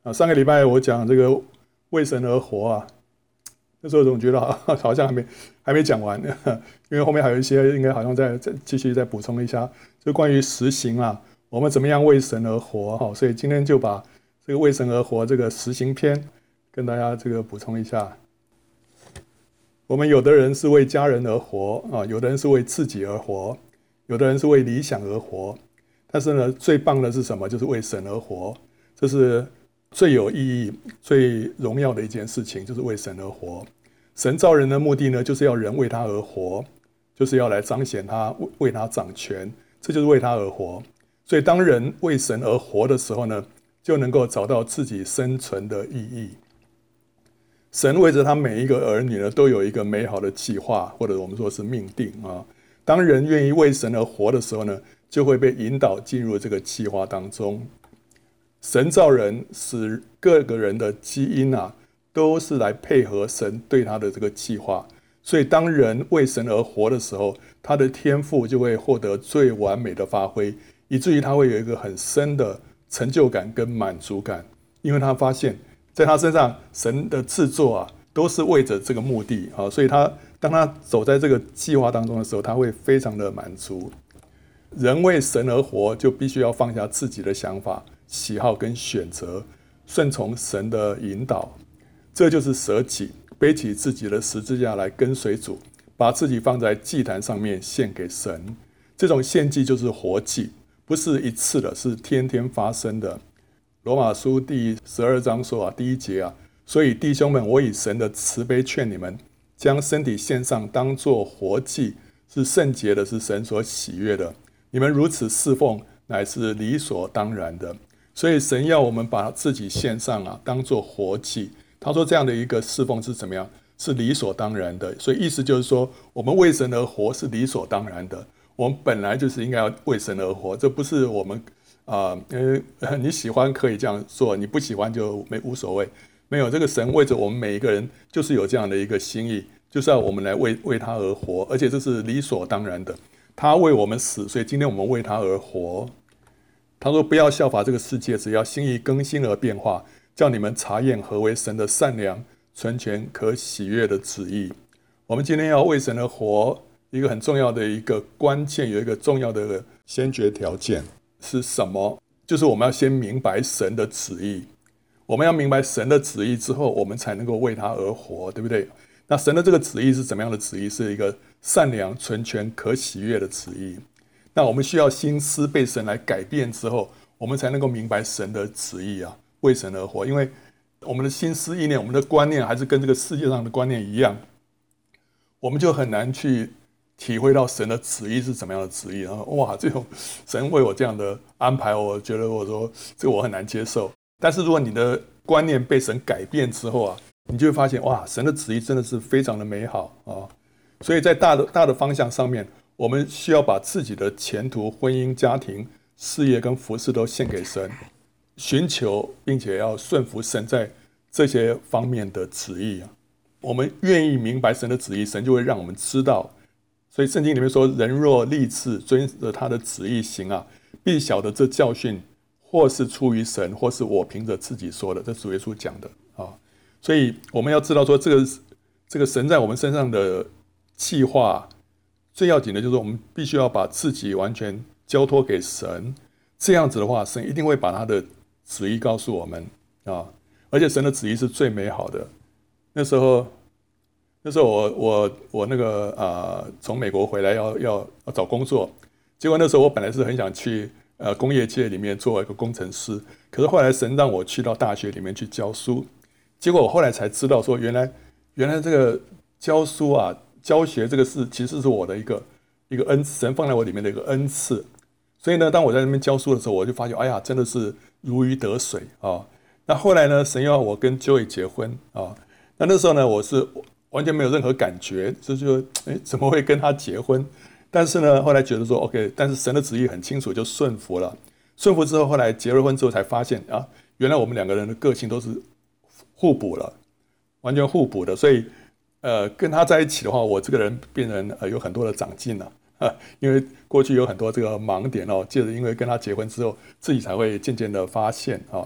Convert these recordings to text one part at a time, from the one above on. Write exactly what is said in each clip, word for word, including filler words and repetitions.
啊，上个礼拜我讲这个为神而活啊，那时候总觉得好好像还没还没讲完，因为后面还有一些应该好像再再继续再补充一下，就关于实行啊，我们怎么样为神而活哈，所以今天就把这个为神而活这个实行篇跟大家这个补充一下。我们有的人是为家人而活啊，有的人是为自己而活，有的人是为理想而活，但是呢，最棒的是什么？就是为神而活，这是最有意义、最荣耀的一件事情，就是为神而活。神造人的目的呢，就是要人为他而活，就是要来彰显他，为他掌权，这就是为他而活。所以当人为神而活的时候呢，就能够找到自己生存的意义。神为着他每一个儿女呢，都有一个美好的计划，或者我们说是命定啊。当人愿意为神而活的时候呢，就会被引导进入这个计划当中。神造人，使各个人的基因啊，都是来配合神对他的这个计划。所以当人为神而活的时候，他的天赋就会获得最完美的发挥，以至于他会有一个很深的成就感跟满足感，因为他发现在他身上神的制作啊，都是为着这个目的啊，所以他当他走在这个计划当中的时候，他会非常的满足。人为神而活，就必须要放下自己的想法、喜好跟选择，顺从神的引导。这就是舍己，背起自己的十字架来跟随主，把自己放在祭坛上面献给神。这种献祭就是活祭，不是一次的，是天天发生的。罗马书第十二章说啊，第一节啊，所以弟兄们，我以神的慈悲劝你们，将身体献上，当作活祭，是圣洁的，是神所喜悦的。你们如此侍奉，乃是理所当然的。所以神要我们把自己献上啊，当作活祭。他说这样的一个侍奉是怎么样？是理所当然的。所以意思就是说，我们为神而活是理所当然的。我们本来就是应该要为神而活，这不是我们啊、呃，你喜欢可以这样做，你不喜欢就没无所谓。没有，这个神为着我们每一个人，就是有这样的一个心意，就是要我们来为为他而活，而且这是理所当然的。他为我们死，所以今天我们为他而活。他说：“不要效法这个世界，只要心意更新而变化，叫你们察验何为神的善良、纯全、可喜悦的旨意。”我们今天要为神而活，一个很重要的一个关键，有一个重要的先决条件是什么？就是我们要先明白神的旨意。我们要明白神的旨意之后，我们才能够为他而活，对不对？那神的这个旨意是怎么样的旨意？是一个善良、纯全、可喜悦的旨意。那我们需要心思被神来改变之后，我们才能够明白神的旨意啊，为神而活。因为我们的心思意念、我们的观念还是跟这个世界上的观念一样，我们就很难去体会到神的旨意是怎么样的旨意。然后哇，这种神为我这样的安排，我觉得我说这个我很难接受。但是如果你的观念被神改变之后啊，你就会发现哇，神的旨意真的是非常的美好啊。所以在大的大的方向上面，我们需要把自己的前途、婚姻、家庭、事业跟服事都献给神，寻求并且要顺服神在这些方面的旨意啊。我们愿意明白神的旨意，神就会让我们知道。所以圣经里面说，人若立志遵着他的旨意行啊，必晓得这教训或是出于神，或是我凭着自己说的，这是主耶稣讲的啊。所以我们要知道说，这个这个神在我们身上的计划，最要紧的就是我们必须要把自己完全交托给神。这样子的话，神一定会把他的旨意告诉我们啊。而且神的旨意是最美好的。那时候，那时候我我我那个啊，从美国回来要要要找工作，结果那时候我本来是很想去呃工业界里面做一个工程师，可是后来神让我去到大学里面去教书，结果我后来才知道说，原来原来这个教书啊，教学这个事其实是我的一个一个恩赐，神放在我里面的一个恩赐。所以呢，当我在那边教书的时候，我就发现，哎呀，真的是如鱼得水啊。那后来呢，神要我跟 Joey 结婚啊。那那时候呢，我是完全没有任何感觉，就就哎怎么会跟他结婚？但是呢，后来觉得说 OK， 但是神的旨意很清楚，就顺服了。顺服之后，后来结了婚之后才发现啊，原来我们两个人的个性都是互补了，完全互补的。所以呃，跟他在一起的话，我这个人变成呃有很多的长进了啊，因为过去有很多这个盲点哦，借着因为跟他结婚之后，自己才会渐渐的发现啊。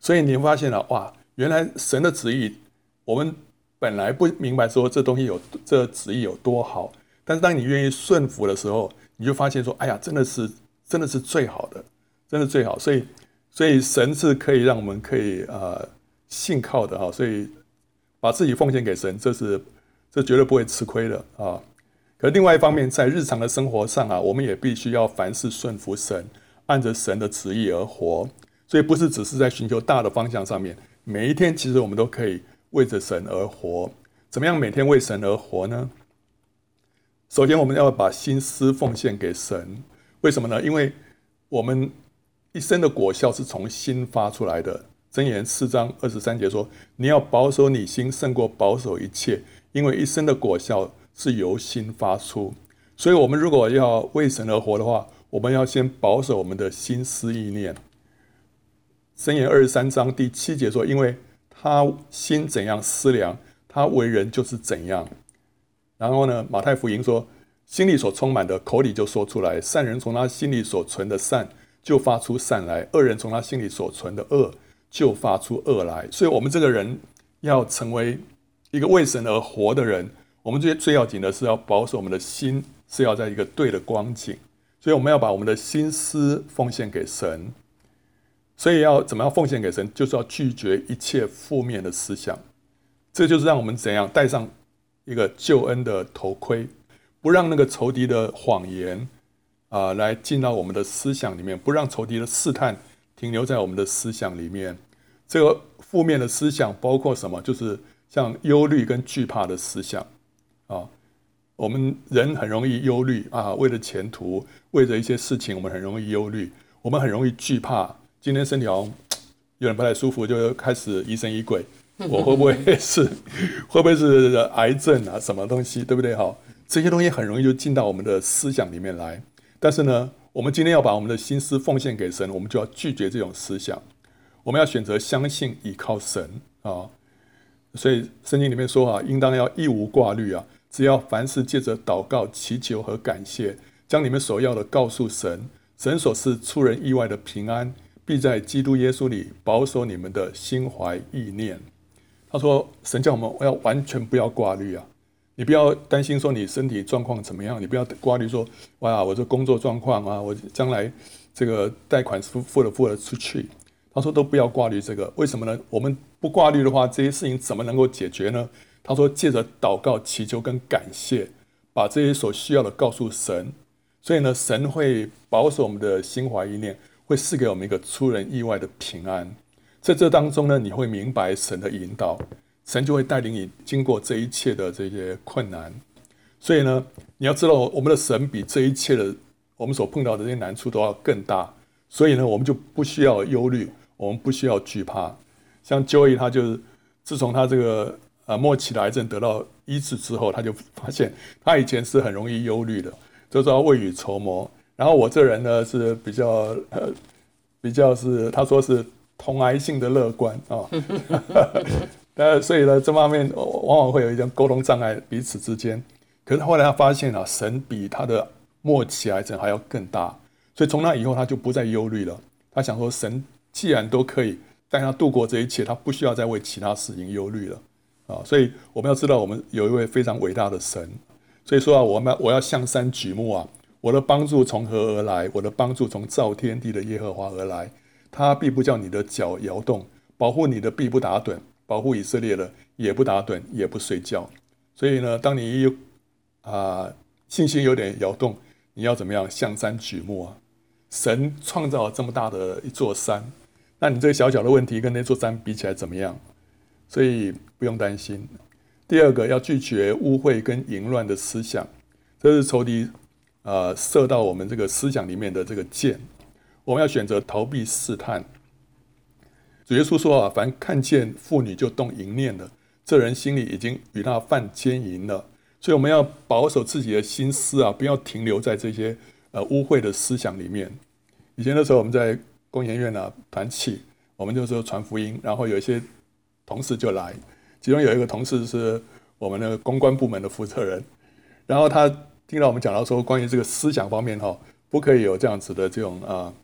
所以你会发现了、啊，哇，原来神的旨意，我们本来不明白说这东西有这旨意有多好，但是当你愿意顺服的时候，你就发现说，哎呀，真的是真的是最好的，真的最好。所以所以神是可以让我们可以呃信靠的哈，所以把自己奉献给神，这是这绝对不会吃亏的啊。可另外一方面，在日常的生活上啊，我们也必须要凡事顺服神，按着神的旨意而活。所以不是只是在寻求大的方向上面，每一天其实我们都可以为着神而活。怎么样每天为神而活呢？首先我们要把心思奉献给神。为什么呢？因为我们一生的果效是从心发出来的。箴言四章二十三节说，你要保守你心胜过保守一切，因为一生的果效是由心发出。所以我们如果要为神而活的话，我们要先保守我们的心思意念。箴言二十三章第七节说，因为他心怎样思量，他为人就是怎样。然后呢，马太福音说，心里所充满的，口里就说出来。善人从他心里所存的善就发出善来，恶人从他心里所存的恶就发出恶来。所以我们这个人要成为一个为神而活的人，我们最最要紧的是要保守我们的心是要在一个对的光景。所以我们要把我们的心思奉献给神。所以要怎么样奉献给神，就是要拒绝一切负面的思想。这就是让我们怎样戴上一个救恩的头盔，不让那个仇敌的谎言、呃、来进到我们的思想里面，不让仇敌的试探停留在我们的思想里面。这个负面的思想包括什么？就是像忧虑跟惧怕的思想啊。我们人很容易忧虑啊，为了前途，为了一些事情，我们很容易忧虑，我们很容易惧怕。今天身体好像有点不太舒服，就开始疑神疑鬼，我会不会是会不会是癌症啊？什么东西，对不对？好，这些东西很容易就进到我们的思想里面来。但是呢，我们今天要把我们的心思奉献给神，我们就要拒绝这种思想。我们要选择相信倚靠神啊。所以圣经里面说啊，应当要一无挂虑啊，只要凡事借着祷告、祈求和感谢，将你们所要的告诉神，神所赐出人意外的平安，必在基督耶稣里保守你们的心怀意念。他说，神叫我们要完全不要挂虑啊，你不要担心说你身体状况怎么样，你不要挂虑说，哇，我这工作状况啊，我将来这个贷款付付了付了出去。他说都不要挂虑这个，为什么呢？我们不挂虑的话，这些事情怎么能够解决呢？他说，借着祷告、祈求跟感谢，把这些所需要的告诉神。所以呢，神会保守我们的心怀意念，会赐给我们一个出人意外的平安。在这当中呢，你会明白神的引导，神就会带领你经过这一切的这些困难。所以呢，你要知道，我们的神比这一切的我们所碰到的这些难处都要更大。所以呢，我们就不需要忧虑，我们不需要惧怕。像 Joey 他就是自从他这个呃末期的癌症得到医治之后，他就发现他以前是很容易忧虑的，就是要未雨绸缪。然后我这人呢是比较呃比较是他说是同癌性的乐观啊，呃，所以呢这方面往往会有一种沟通障碍彼此之间。可是后来他发现啊，神比他的末期癌症还要更大，所以从那以后他就不再忧虑了。他想说，神既然都可以带他度过这一切，他不需要再为其他事情忧虑了啊。所以我们要知道，我们有一位非常伟大的神。所以说啊，我们我要向山举目啊，我的帮助从何而来？我的帮助从造天地的耶和华而来。他必不叫你的脚摇动，保护你的必不打盹，保护以色列的也不打盹，也不睡觉。所以呢，当你啊、呃、信心有点摇动，你要怎么样？向山举目啊！神创造了这么大的一座山，那你这个小小的问题跟那座山比起来怎么样？所以不用担心。第二个，要拒绝污秽跟淫乱的思想，这是仇敌呃射到我们这个思想里面的这个箭。我们要选择逃避试探。主耶稣说啊，凡看见妇女就动淫念的，这人心里已经与他犯奸淫了。所以我们要保守自己的心思啊，不要停留在这些呃污秽的思想里面。以前的时候，我们在工研院啊团契，我们就说传福音，然后有一些同事就来，其中有一个同事是我们的公关部门的负责人，然后他听到我们讲到说关于这个思想方面哈，不可以有这样子的这种啊、呃，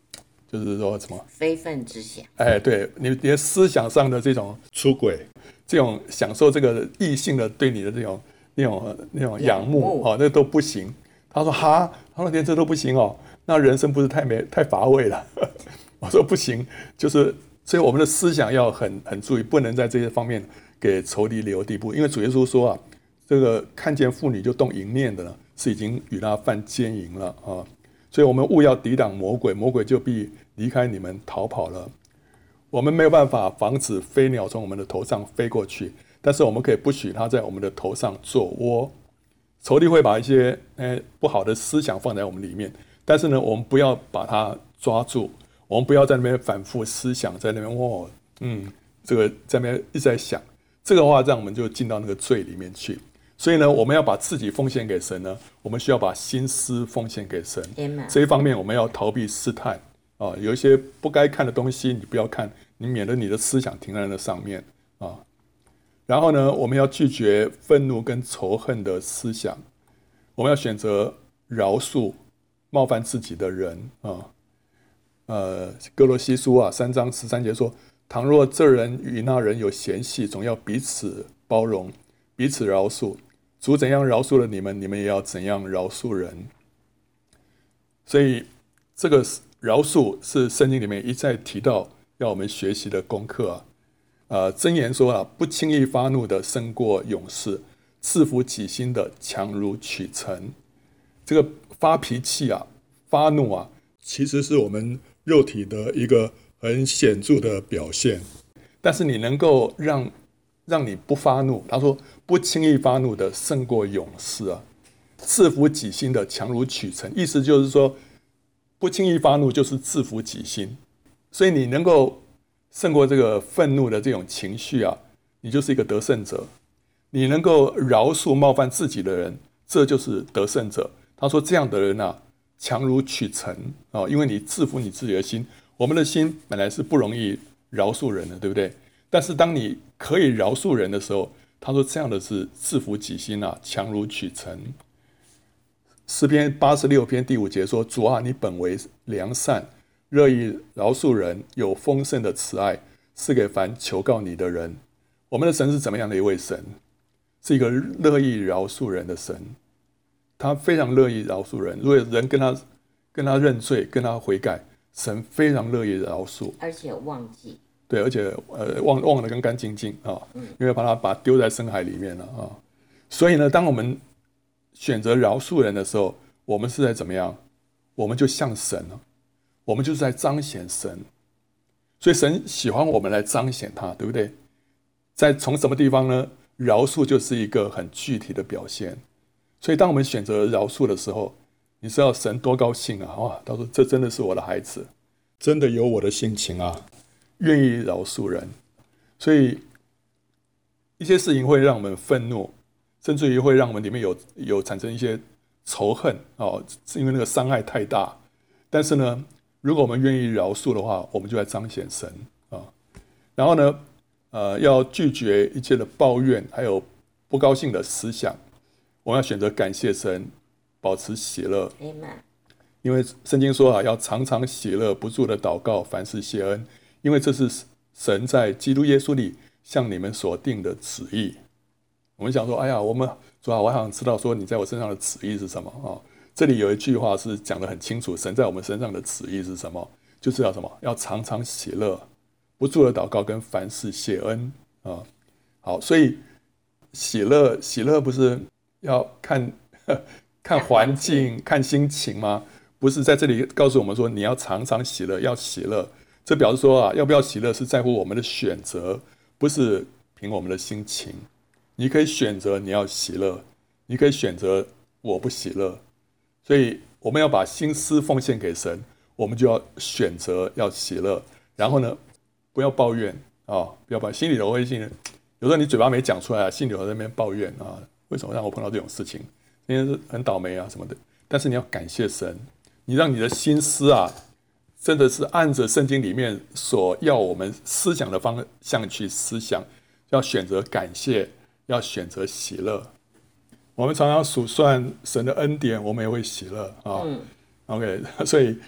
就是说什么非分之想。 哎，对你连思想上的这种出轨，这种享受这个异性的对你的这种那种那种仰慕哦，那都不行。他说哈，他说连这都不行哦，那人生不是太没太乏味了？我说不行，就是所以我们的思想要很很注意，不能在这些方面给仇敌留地步。因为主耶稣说啊，这个看见妇女就动淫念的呢，是已经与他犯奸淫了啊。所以我们务要抵挡魔鬼，魔鬼就必离开你们逃跑了。我们没有办法防止飞鸟从我们的头上飞过去，但是我们可以不许它在我们的头上做窝。仇敌会把一些、呃、不好的思想放在我们里面，但是呢，我们不要把它抓住，我们不要在那边反复思想，在那边哦，嗯，这个在那边一直在想，这个话让我们就进到那个罪里面去。所以呢，我们要把自己奉献给神呢，我们需要把心思奉献给神。这一方面，我们要逃避试探啊，有一些不该看的东西，你不要看，你免得你的思想停在那上面啊。然后呢，我们要拒绝愤怒跟仇恨的思想，我们要选择饶恕冒犯自己的人啊。呃，哥罗西书啊三章十三节说：倘若这人与那人有嫌隙，总要彼此包容，彼此饶恕。主怎样饶恕了你们，你们也要怎样饶恕人。所以这个饶恕是圣经里面一再提到要我们学习的功课啊。呃，箴言说啊，不轻易发怒的胜过勇士，制服己心的强如取城。这个发脾气啊，发怒啊，其实是我们肉体的一个很显著的表现。但是你能够让让你不发怒，他说不轻易发怒的胜过勇士啊，制服己心的强如取城。意思就是说，不轻易发怒就是制服己心，所以你能够胜过这个愤怒的这种情绪啊，你就是一个得胜者。你能够饶恕冒犯自己的人，这就是得胜者。他说这样的人啊，强如取城啊，因为你制服你自己的心。我们的心本来是不容易饶恕人的，对不对？但是当你可以饶恕人的时候，他说这样的是制服己心啊，强如取城。诗篇八十六篇第五节说：主啊，你本为良善，乐意饶恕人，有丰盛的慈爱，是给凡求告你的人。我们的神是怎么样的一位神？是一个乐意饶恕人的神，他非常乐意饶恕人。如果人跟他跟他认罪，跟他悔改，神非常乐意饶恕， 而且忘记。对， 而且呃忘忘得干干净净啊，因为把他把他丢在深海里面了啊。所以呢，当我们选择饶恕人的时候，我们是在怎么样？我们就像神了，我们就是在彰显神。所以神喜欢我们来彰显他，对不对？在从什么地方呢？饶恕就是一个很具体的表现。所以当我们选择饶恕的时候，你知道神多高兴啊！哇，他说这真的是我的孩子，真的有我的性情啊，愿意饶恕人。所以一些事情会让我们愤怒，甚至于会让我们里面有有产生一些仇恨哦，是因为那个伤害太大。但是呢，如果我们愿意饶恕的话，我们就在彰显神啊。然后呢，呃，要拒绝一切的抱怨，还有不高兴的思想。我们要选择感谢神，保持喜乐。因为圣经说啊，要常常喜乐，不住的祷告，凡事谢恩，因为这是神在基督耶稣里向你们所定的旨意。我们想说，哎呀，我们主啊，我想知道说你在我身上的旨意是什么啊？这里有一句话是讲得很清楚，神在我们身上的旨意是什么？就是要什么？要常常喜乐，不住的祷告，跟凡事谢恩啊。好，所以喜乐，喜乐不是要看看环境、看心情吗？不是在这里告诉我们说你要常常喜乐，要喜乐。这表示说啊，要不要喜乐是在乎我们的选择，不是凭我们的心情。你可以选择你要喜乐，你可以选择我不喜乐。所以我们要把心思奉献给神，我们就要选择要喜乐。然后呢，不要抱怨啊，不要把心里头会心，有时候你嘴巴没讲出来啊，心里头在那边抱怨啊，为什么让我碰到这种事情？今天是很倒霉啊什么的。但是你要感谢神，你让你的心思啊，真的是按着圣经里面所要我们思想的方向去思想，要选择感谢，要选择喜乐。我们常常数算神的恩典，我们也会喜乐啊。嗯、OK， 所以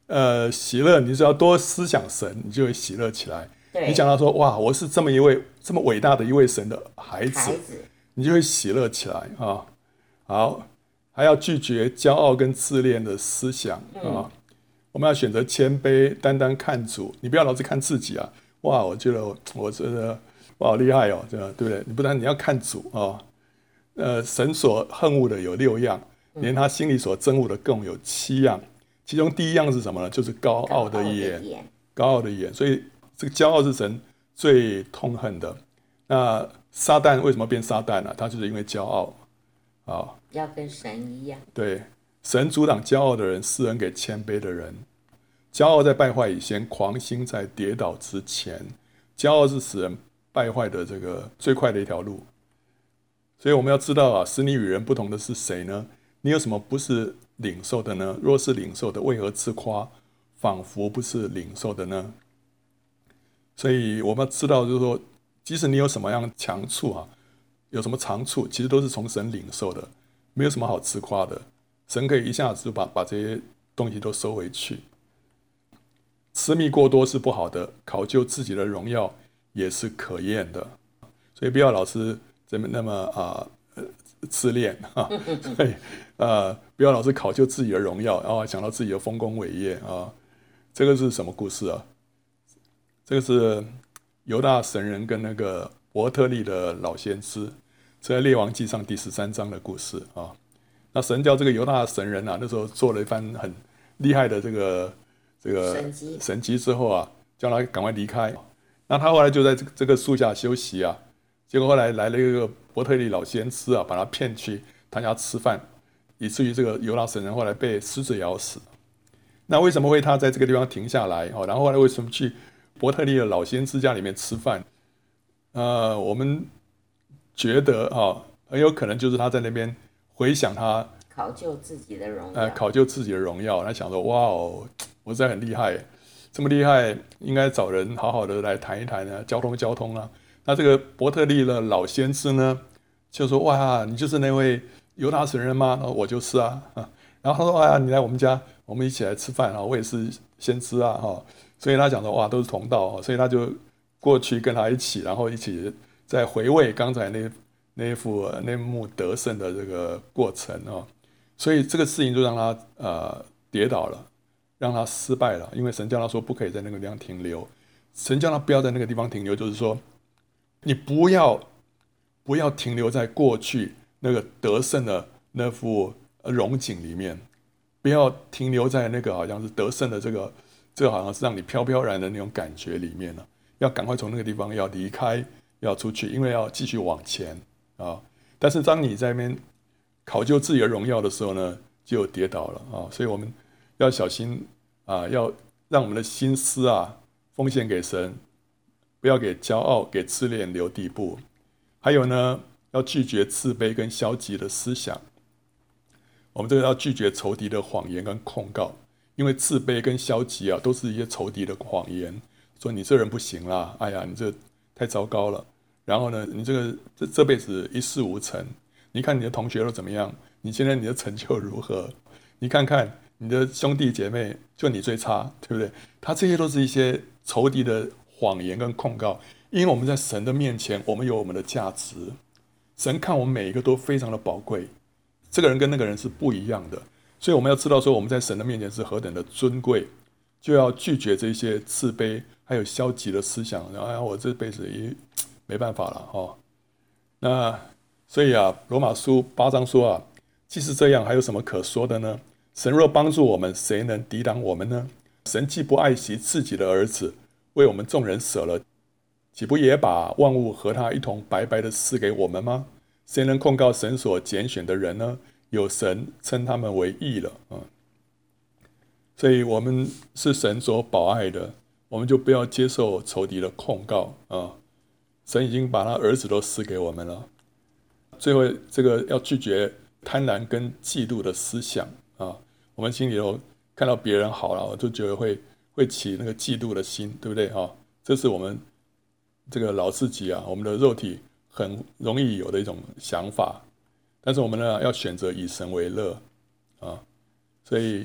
呃喜乐，你只要多思想神，你就会喜乐起来。 对， 你讲到说，哇，我是这么一位这么伟大的一位神的孩子， 孩子， 你就会喜乐起来啊。好，还要拒绝骄傲跟自恋的思想啊。 嗯我们要选择谦卑，单单看主，你不要老是看自己啊。哇，我觉得我我觉得我好厉害哦，这样对不对？你不但你要看主啊。呃，神所恨恶的有六样，连他心里所憎恶的共有七样。其中第一样是什么呢？就是高傲的眼，高傲的眼。所以这个骄傲是神最痛恨的。那撒旦为什么变撒旦呢、啊？他就是因为骄傲啊。 要跟神一样。 对，神阻挡骄傲的人，施恩给谦卑的人。骄傲在败坏以前，狂心在跌倒之前。骄傲是使人败坏的这个最快的一条路。所以我们要知道啊，使你与人不同的是谁呢？你有什么不是领受的呢？若是领受的，为何自夸，仿佛不是领受的呢？所以我们要知道，就是说，即使你有什么样的强处啊，有什么长处，其实都是从神领受的，没有什么好自夸的。神可以一下子就把把这些东西都收回去。痴迷过多是不好的，考究自己的荣耀也是可厌的。所以不要老是怎么那么啊、呃、自恋啊，所以呃不要老是考究自己的荣耀，然后想到自己的丰功伟业啊。这个是什么故事啊？这个是犹大神人跟那个伯特利的老先知，这在列王纪上第十三章的故事啊。那神叫这个犹大神人啊，那时候做了一番很厉害的这个这个神迹神迹之后啊，叫他赶快离开。那他后来就在这个这个树下休息啊。结果后来来了一个伯特利老先知啊，把他骗去他家吃饭，以至于这个犹大神人后来被狮子咬死。那为什么会他在这个地方停下来？然后后来为什么去伯特利的老先知家里面吃饭？呃，我们觉得啊，很有可能就是他在那边回想他考究自己的荣耀， 呃，考究自己的荣耀。他想说，哇哦，我实在很厉害，这么厉害，应该找人好好的来谈一谈啊，交通交通啊。那这个伯特利的老先知呢，就说：“哇，你就是那位犹大神人吗？”我就是啊。然后他说：“哎呀，你来我们家，我们一起来吃饭啊，我也是先知啊。”哈，所以他讲说：“哇，都是同道。”所以他就过去跟他一起，然后一起在回味刚才那那一幅那幕得胜的这个过程啊。所以这个事情就让他呃跌倒了，让他失败了，因为神叫他说不可以在那个地方停留，神叫他不要在那个地方停留，就是说。你不要不要停留在过去那个得胜的那副荣景里面，不要停留在那个好像是得胜的这个这个好像是让你飘飘然的那种感觉里面了。要赶快从那个地方要离开，要出去，因为要继续往前啊。但是当你在那边考究自己的荣耀的时候呢，就跌倒了啊。所以我们要小心啊，要让我们的心思啊奉献给神。不要给骄傲、给自恋留地步。还有呢，要拒绝自卑跟消极的思想。我们这个要拒绝仇敌的谎言跟控告，因为自卑跟消极啊，都是一些仇敌的谎言，说你这人不行啦，哎呀，你这太糟糕了。然后呢，你这个这这辈子一事无成。你看你的同学都怎么样？你现在你的成就如何？你看看你的兄弟姐妹，就你最差，对不对？他这些都是一些仇敌的谎言跟控告，因为我们在神的面前，我们有我们的价值，神看我们每一个都非常的宝贵，这个人跟那个人是不一样的，所以我们要知道说我们在神的面前是何等的尊贵，就要拒绝这些自卑还有消极的思想。然后、哎、我这辈子也没办法了、哦、那所以啊，罗马书八章说啊，既是这样，还有什么可说的呢？神若帮助我们，谁能抵挡我们呢？神既不爱惜自己的儿子，为我们众人舍了，岂不也把万物和他一同白白的赐给我们吗？谁能控告神所拣选的人呢？有神称他们为义了、嗯、所以我们是神所宝爱的，我们就不要接受仇敌的控告、嗯、神已经把他儿子都赐给我们了。最后这个要拒绝贪婪跟嫉妒的思想、啊、我们心里头看到别人好了，我就觉得会会起那个嫉妒的心，对不对、啊、这是我们这个老自己啊，我们的肉体很容易有的一种想法。但是我们呢，要选择以神为乐啊。所以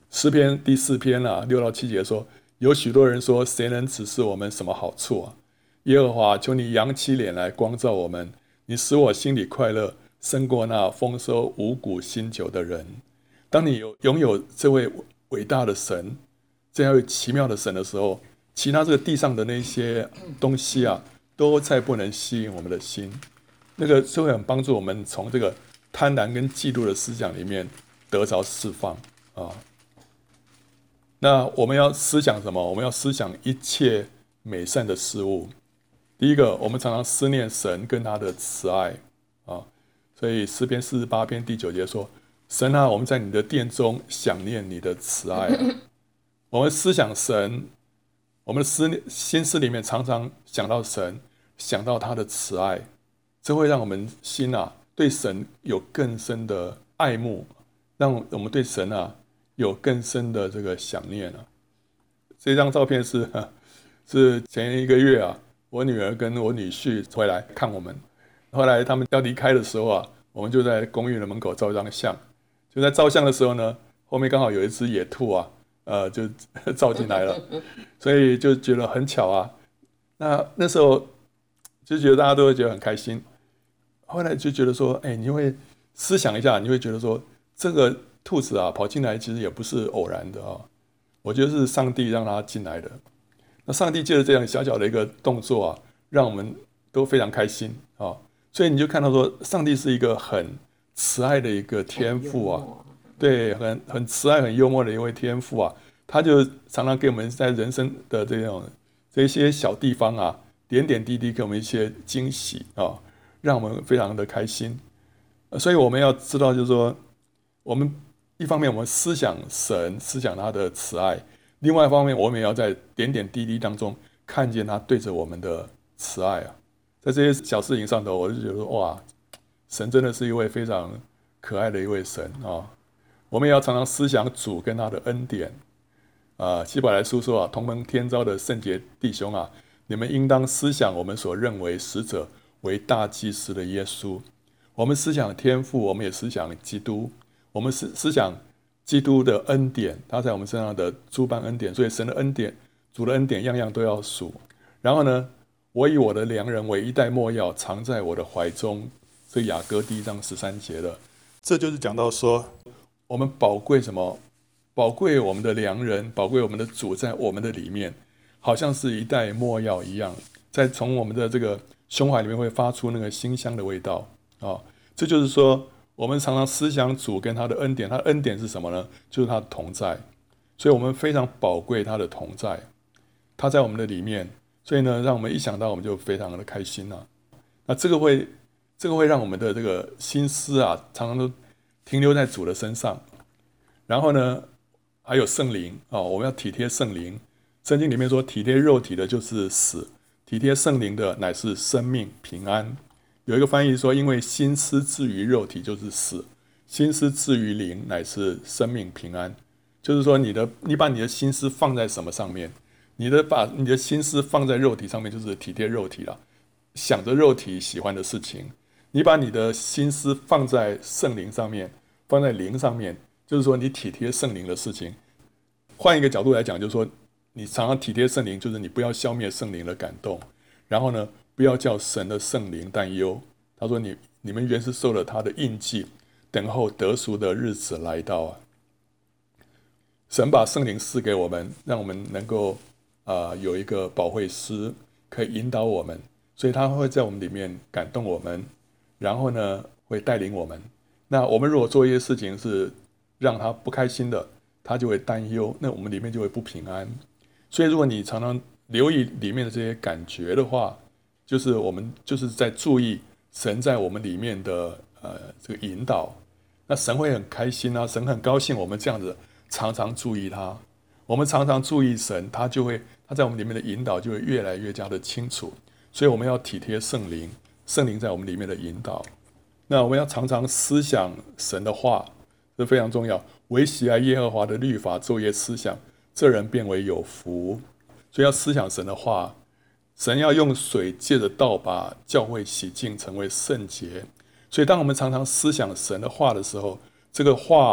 诗篇第四篇啊，六到七节说，有许多人说，谁能指示我们什么好处啊？耶和华，求你扬起脸来光照我们，你使我心里快乐，胜过那丰收五谷新酒的人。当你有拥有这位伟大的神，这样奇妙的神的时候，其他这个地上的那些东西啊，都再不能吸引我们的心。那个就会很帮助我们从这个贪婪跟嫉妒的思想里面得着释放啊。那我们要思想什么？我们要思想一切美善的事物。第一个，我们常常思念神跟他的慈爱啊。所以诗篇四十八篇第九节说：“神啊，我们在你的殿中想念你的慈爱啊。”我们思想神，我们的思心思里面常常想到神，想到他的慈爱，这会让我们心啊对神有更深的爱慕，让我们对神啊有更深的这个想念啊。这张照片是是前一个月啊，我女儿跟我女婿回来看我们，后来他们要离开的时候啊，我们就在公寓的门口照一张相。就在照相的时候呢，后面刚好有一只野兔啊，呃，就照进来了，所以就觉得很巧啊。那那时候就觉得大家都会觉得很开心。后来就觉得说，哎，你会思想一下，你会觉得说，这个兔子啊跑进来其实也不是偶然的啊，我觉得是上帝让它进来的。那上帝借着这样小小的一个动作啊，让我们都非常开心啊。所以你就看到说，上帝是一个很慈爱的一个天父啊，对，很很慈爱、很幽默的一位天父啊。他就常常给我们在人生的这种这些小地方啊，点点滴滴给我们一些惊喜啊，让我们非常的开心。所以我们要知道，就是说，我们一方面我们思想神，思想他的慈爱；另外一方面，我们也要在点点滴滴当中看见他对着我们的慈爱啊。在这些小事情上头，我就觉得哇，神真的是一位非常可爱的一位神啊！我们也要常常思想主跟他的恩典啊。希伯来书说啊，同盟天召的圣洁弟兄啊，你们应当思想我们所认为使者为大祭司的耶稣。我们思想天父，我们也思想基督，我们思思想基督的恩典，他在我们身上的诸般恩典。所以神的恩典，主的恩典，样样都要数。然后呢，我以我的良人为一袋墨药，藏在我的怀中。这雅歌第一章十三节的，这就是讲到说，我们宝贵什么？宝贵我们的良人，宝贵我们的主在我们的里面，好像是一袋墨药一样，在从我们的这个胸怀里面会发出那个馨香的味道啊、哦。这就是说，我们常常思想主跟他的恩典，他的恩典是什么呢？就是他的同在，所以我们非常宝贵他的同在，他在我们的里面，所以呢，让我们一想到我们就非常的开心啊。那这个会。这个会让我们的这个心思啊，常常都停留在主的身上。然后呢，还有圣灵啊、哦，我们要体贴圣灵。圣经里面说，体贴肉体的就是死，体贴圣灵的乃是生命平安。有一个翻译说，因为心思置于肉体就是死，心思置于灵乃是生命平安。就是说，你的你把你的心思放在什么上面？你的把你的心思放在肉体上面，就是体贴肉体了，想着肉体喜欢的事情。你把你的心思放在圣灵上面，放在灵上面，就是说你体贴圣灵的事情。换一个角度来讲，就是说你常常体贴圣灵，就是你不要消灭圣灵的感动，然后呢，不要叫神的圣灵担忧。他说你你们原是受了他的印记，等候得赎的日子来到啊。神把圣灵赐给我们，让我们能够、呃、有一个保惠师可以引导我们，所以他会在我们里面感动我们。然后呢，会带领我们。那我们如果做一些事情是让他不开心的，他就会担忧，那我们里面就会不平安。所以如果你常常留意里面的这些感觉的话，就是我们就是在注意神在我们里面的呃这个引导。那神会很开心啊，神很高兴我们这样子常常注意他。我们常常注意神，他就会他在我们里面的引导就会越来越加的清楚。所以我们要体贴圣灵。圣灵在我们里面的引导，那我们要常常思想神的话，这非常重要。唯喜爱耶和华的律法，昼夜思想，这人变为有福。所以要思想神的话，神要用水借着道把教会洗净，成为圣洁。所以当我们常常思想神的话的时候，这个话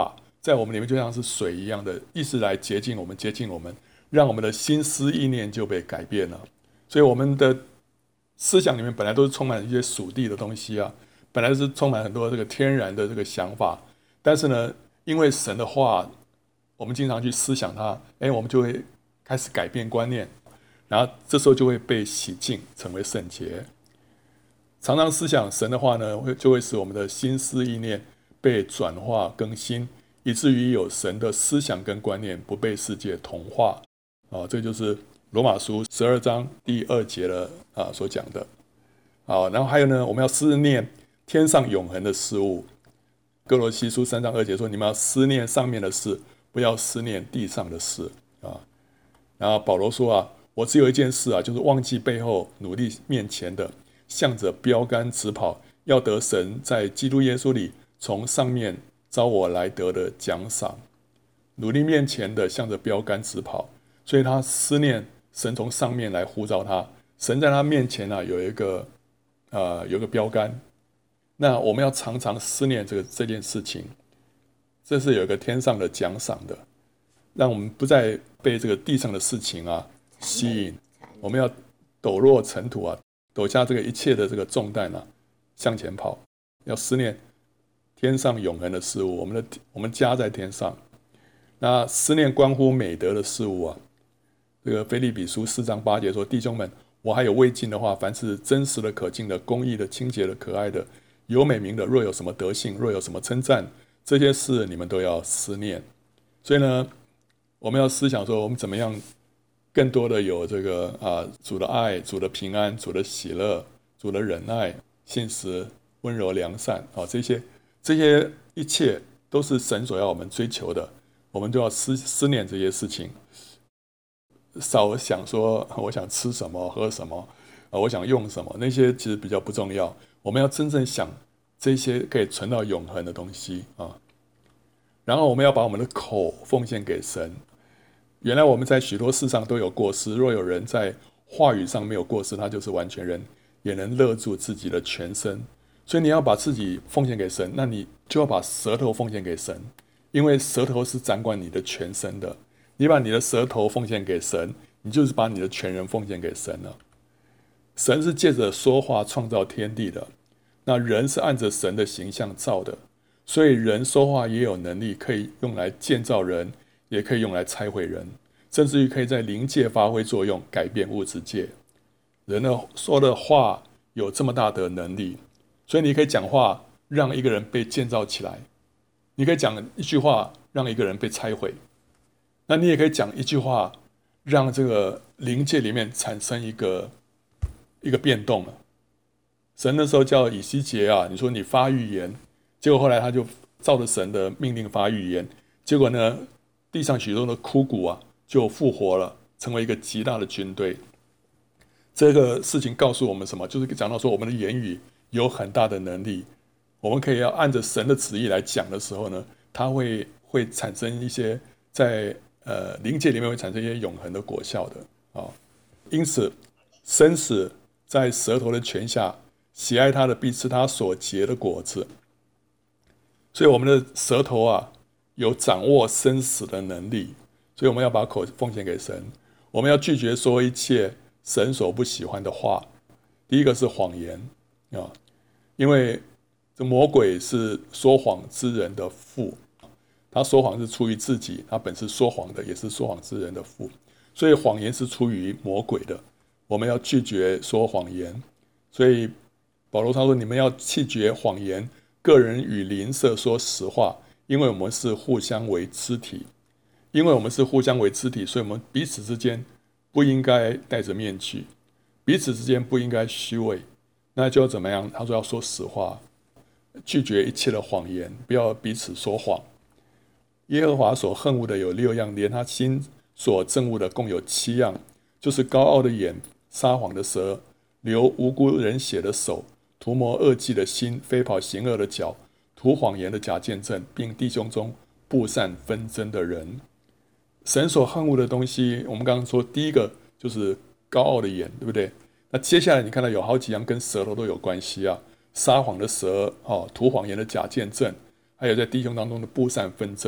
在我们里面就像是水一样的，意思来洁净我们，洁净我们，让我们的心思意念就被改变了。所以我们的思想里面本来都是充满一些属地的东西啊，本来是充满很多这个天然的这个想法，但是呢，因为神的话，我们经常去思想它，哎，我们就会开始改变观念，然后这时候就会被洗净，成为圣洁。常常思想神的话呢，就会使我们的心思意念被转化更新，以至于有神的思想跟观念不被世界同化。啊，这就是罗马书十二章第二节的啊所讲的。啊，然后还有呢，我们要思念天上永恒的事物。哥罗西书三章二节说，你们要思念上面的事，不要思念地上的事啊。然后保罗说啊，我只有一件事啊，就是忘记背后，努力面前的，向着标杆直跑，要得神在基督耶稣里从上面招我来得的奖赏。努力面前的，向着标杆直跑，所以他思念神从上面来呼召他，神在他面前啊有一个呃有一个标杆。那我们要常常思念这个这件事情，这是有一个天上的奖赏的，让我们不再被这个地上的事情啊吸引，我们要抖落尘土啊，抖下这个一切的这个重担啊，向前跑，要思念天上永恒的事物，我们的我们家在天上。那思念关乎美德的事物啊，这个腓立比书四章八节说，弟兄们，我还有未尽的话，凡是真实的、可敬的、公义的、清洁的、可爱的、有美名的，若有什么德性，若有什么称赞，这些事你们都要思念。所以呢，我们要思想说，我们怎么样更多的有这个啊主的爱、主的平安、主的喜乐、主的忍耐、信实、温柔、良善啊，这些这些一切都是神所要我们追求的，我们就要思思念这些事情，少想说我想吃什么、喝什么啊，我想用什么，那些其实比较不重要。我们要真正想这些可以存到永恒的东西啊。然后我们要把我们的口奉献给神。原来我们在许多事上都有过失，若有人在话语上没有过失，他就是完全人，也能勒住自己的全身。所以你要把自己奉献给神，那你就要把舌头奉献给神，因为舌头是掌管你的全身的。你把你的舌头奉献给神，你就是把你的全人奉献给神了。神是借着说话创造天地的，那人是按着神的形象造的，所以人说话也有能力，可以用来建造人，也可以用来拆毁人，甚至于可以在灵界发挥作用，改变物质界。人的说的话有这么大的能力，所以你可以讲话让一个人被建造起来，你可以讲一句话让一个人被拆毁，那你也可以讲一句话让这个灵界里面产生一个一个变动了。神那时候叫以西结啊，你说你发预言，结果后来他就照着神的命令发预言，结果呢，地上许多的枯骨啊就复活了，成为一个极大的军队。这个事情告诉我们什么？就是讲到说我们的言语有很大的能力，我们可以要按着神的旨意来讲的时候呢，它会会产生一些在呃灵界里面会产生一些永恒的果效的啊、哦。因此，生死在舌头的权下，喜爱他的必吃他所结的果子。所以我们的舌头啊，有掌握生死的能力，所以我们要把口奉献给神。我们要拒绝说一切神所不喜欢的话。第一个是谎言啊，因为这魔鬼是说谎之人的父，他说谎是出于自己，他本是说谎的，也是说谎之人的父，所以谎言是出于魔鬼的。我们要拒绝说谎言。所以保罗他说，你们要弃绝谎言，个人与邻舍说实话，因为我们是互相为肢体。因为我们是互相为肢体，所以我们彼此之间不应该戴着面具，彼此之间不应该虚伪。那就要怎么样？他说要说实话，拒绝一切的谎言，不要彼此说谎。耶和华所恨恶的有六样，连他心所憎恶的共有七样，就是高傲的眼、撒谎的舌、流无辜人血的手、图谋恶计的心、飞跑行恶的脚、图谎言的假见证，并弟兄中布散纷争的人。神所恨恶的东西，我们刚刚说第一个就是高傲的眼，对不对？那接下来你看到有好几样跟舌头都有关系啊，撒谎的舌、哦、图谎言的假见证，还有在弟兄当中的布散纷争。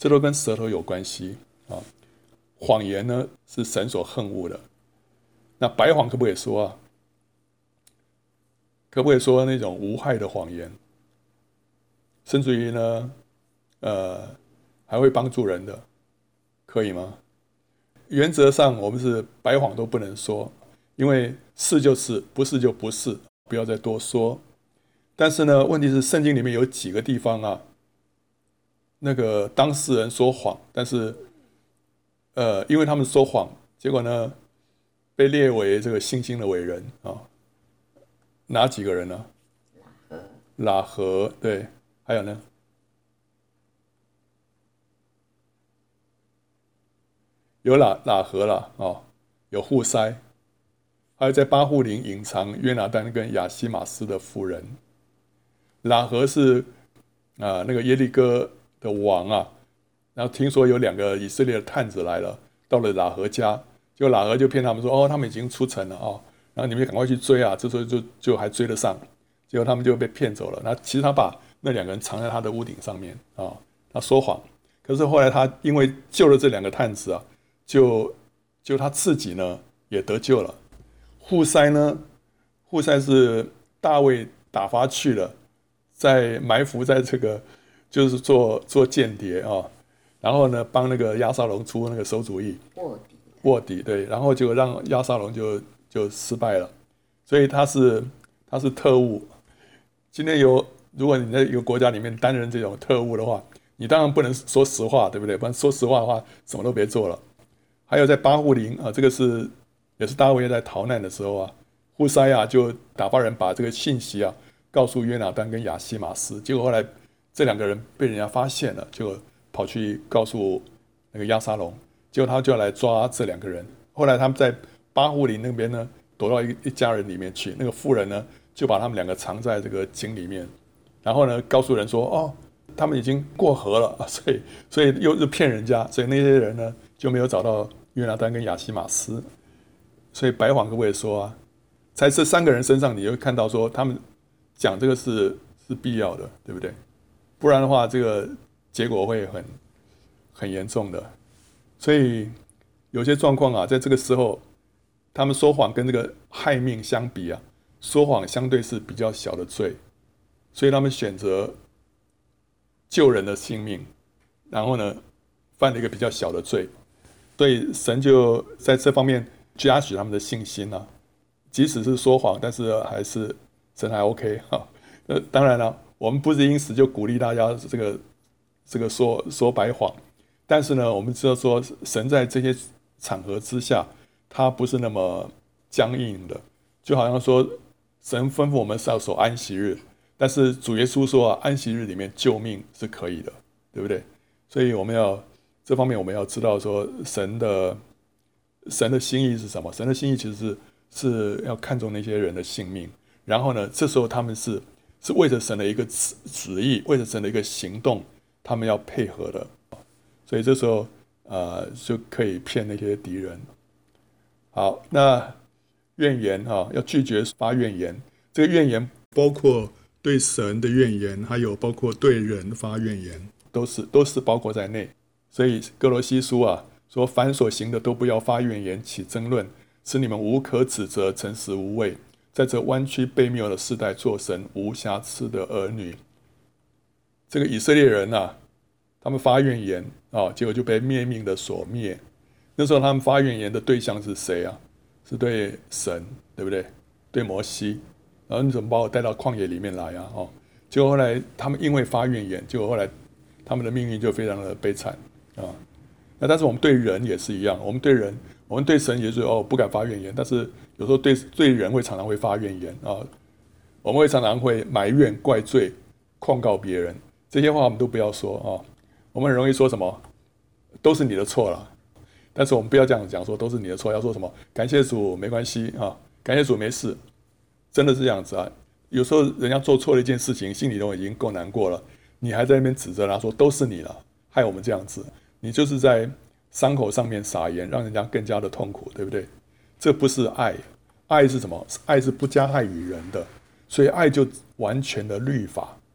这都跟舌头有关系啊。谎言呢是神所恨恶的，那白谎可不可以说啊？可不可以说那种无害的谎言，甚至于呢，呃，还会帮助人的，可以吗？原则上我们是白谎都不能说，因为是就是，不是就不是，不要再多说。但是呢，问题是圣经里面有几个地方啊，那个当事人说谎，但是呃，因为他们说谎，结果呢被列为这个信心的伟人啊。哪几个人呢？喇合，对，还有呢？有喇喇合了哦，有户筛，还有在巴户林隐藏约拿单跟亚西马斯的妇人。喇合是啊、呃、那个耶利哥的王啊，然后听说有两个以色列的探子来了，到了喇合家，结果喇合就骗他们说，哦，他们已经出城了哦，然后你们赶快去追啊，这时候就就还追得上，结果他们就被骗走了。那其实他把那两个人藏在他的屋顶上面啊、哦，他说谎。可是后来他因为救了这两个探子啊，就就他自己呢也得救了。户筛呢，户筛是大卫打发去了，在埋伏在这个就是做做间谍啊、哦，然后呢帮那个押沙龙出那个馊主意， 卧底， 卧底对，然后就让押沙龙就就失败了，所以他是他是特务。今天有如果你在一个国家里面担任这种特务的话，你当然不能说实话，对不对？不然说实话的话，什么都别做了。还有在巴户林啊，这个是也是大卫在逃难的时候啊，户筛啊就打发人把这个信息啊告诉约拿单跟亚西马斯，结果后来这两个人被人家发现了，就跑去告诉那个押沙龙，结果他就要来抓这两个人。后来他们在巴户林那边呢躲到一一家人里面去，那个妇人呢就把他们两个藏在这个井里面，然后呢告诉人说，哦，他们已经过河了，所以所以又是骗人家，所以那些人呢就没有找到约拿单跟亚西马斯。所以白谎可不可以说啊？在这三个人身上，你会看到说他们讲这个是是必要的，对不对？不然的话，这个结果会很很严重的。所以有些状况啊，在这个时候，他们说谎跟这个害命相比啊，说谎相对是比较小的罪，所以他们选择救人的性命，然后呢，犯了一个比较小的罪，所以神就在这方面嘉许他们的信心啊。即使是说谎，但是还是神还 OK 哈。呃，当然了，我们不是因此就鼓励大家这个这个说说白谎，但是呢，我们知道说神在这些场合之下，他不是那么僵硬的，就好像说神吩咐我们是要守安息日，但是主耶稣说啊，安息日里面救命是可以的，对不对？所以我们要这方面我们要知道说神的神的心意是什么？神的心意其实是是要看重那些人的性命，然后呢，这时候他们是是为着神的一个旨旨意，为着神的一个行动，他们要配合的，所以这时候呃就可以骗那些敌人。好，那怨言啊，要拒绝发怨言。这个怨言包括对神的怨言，还有包括对人发怨言，都是都是包括在内。所以哥罗西书啊说，凡所行的都不要发怨言，起争论，使你们无可指责，诚实无畏，在这弯曲悖谬的世代，做神无瑕疵的儿女。这个以色列人啊，他们发怨言啊，结果就被灭命的所灭。那时候他们发怨言的对象是谁啊？是对神，对不对？对摩西，然后你怎么把我带到旷野里面来啊？哦，结果后来他们因为发怨言，结果后来他们的命运就非常的悲惨啊。那但是我们对人也是一样，我们对人，我们对神也是哦不敢发怨言，但是有时候对对人会常常会发怨言啊，我们会常常会埋怨、怪罪、控告别人，这些话我们都不要说啊。我们很容易说什么都是你的错了。但是我们不要这样讲，说都是你的错，要说什么感谢主没关系啊，感谢主没事，真的是这样子啊。有时候人家做错了一件事情，心里都已经够难过了，你还在那边指责他说都是你了，害我们这样子，你就是在伤口上面撒盐，让人家更加的痛苦，对不对？这不是爱，爱是什么？爱是不加害于人的，所以爱就完全的律法，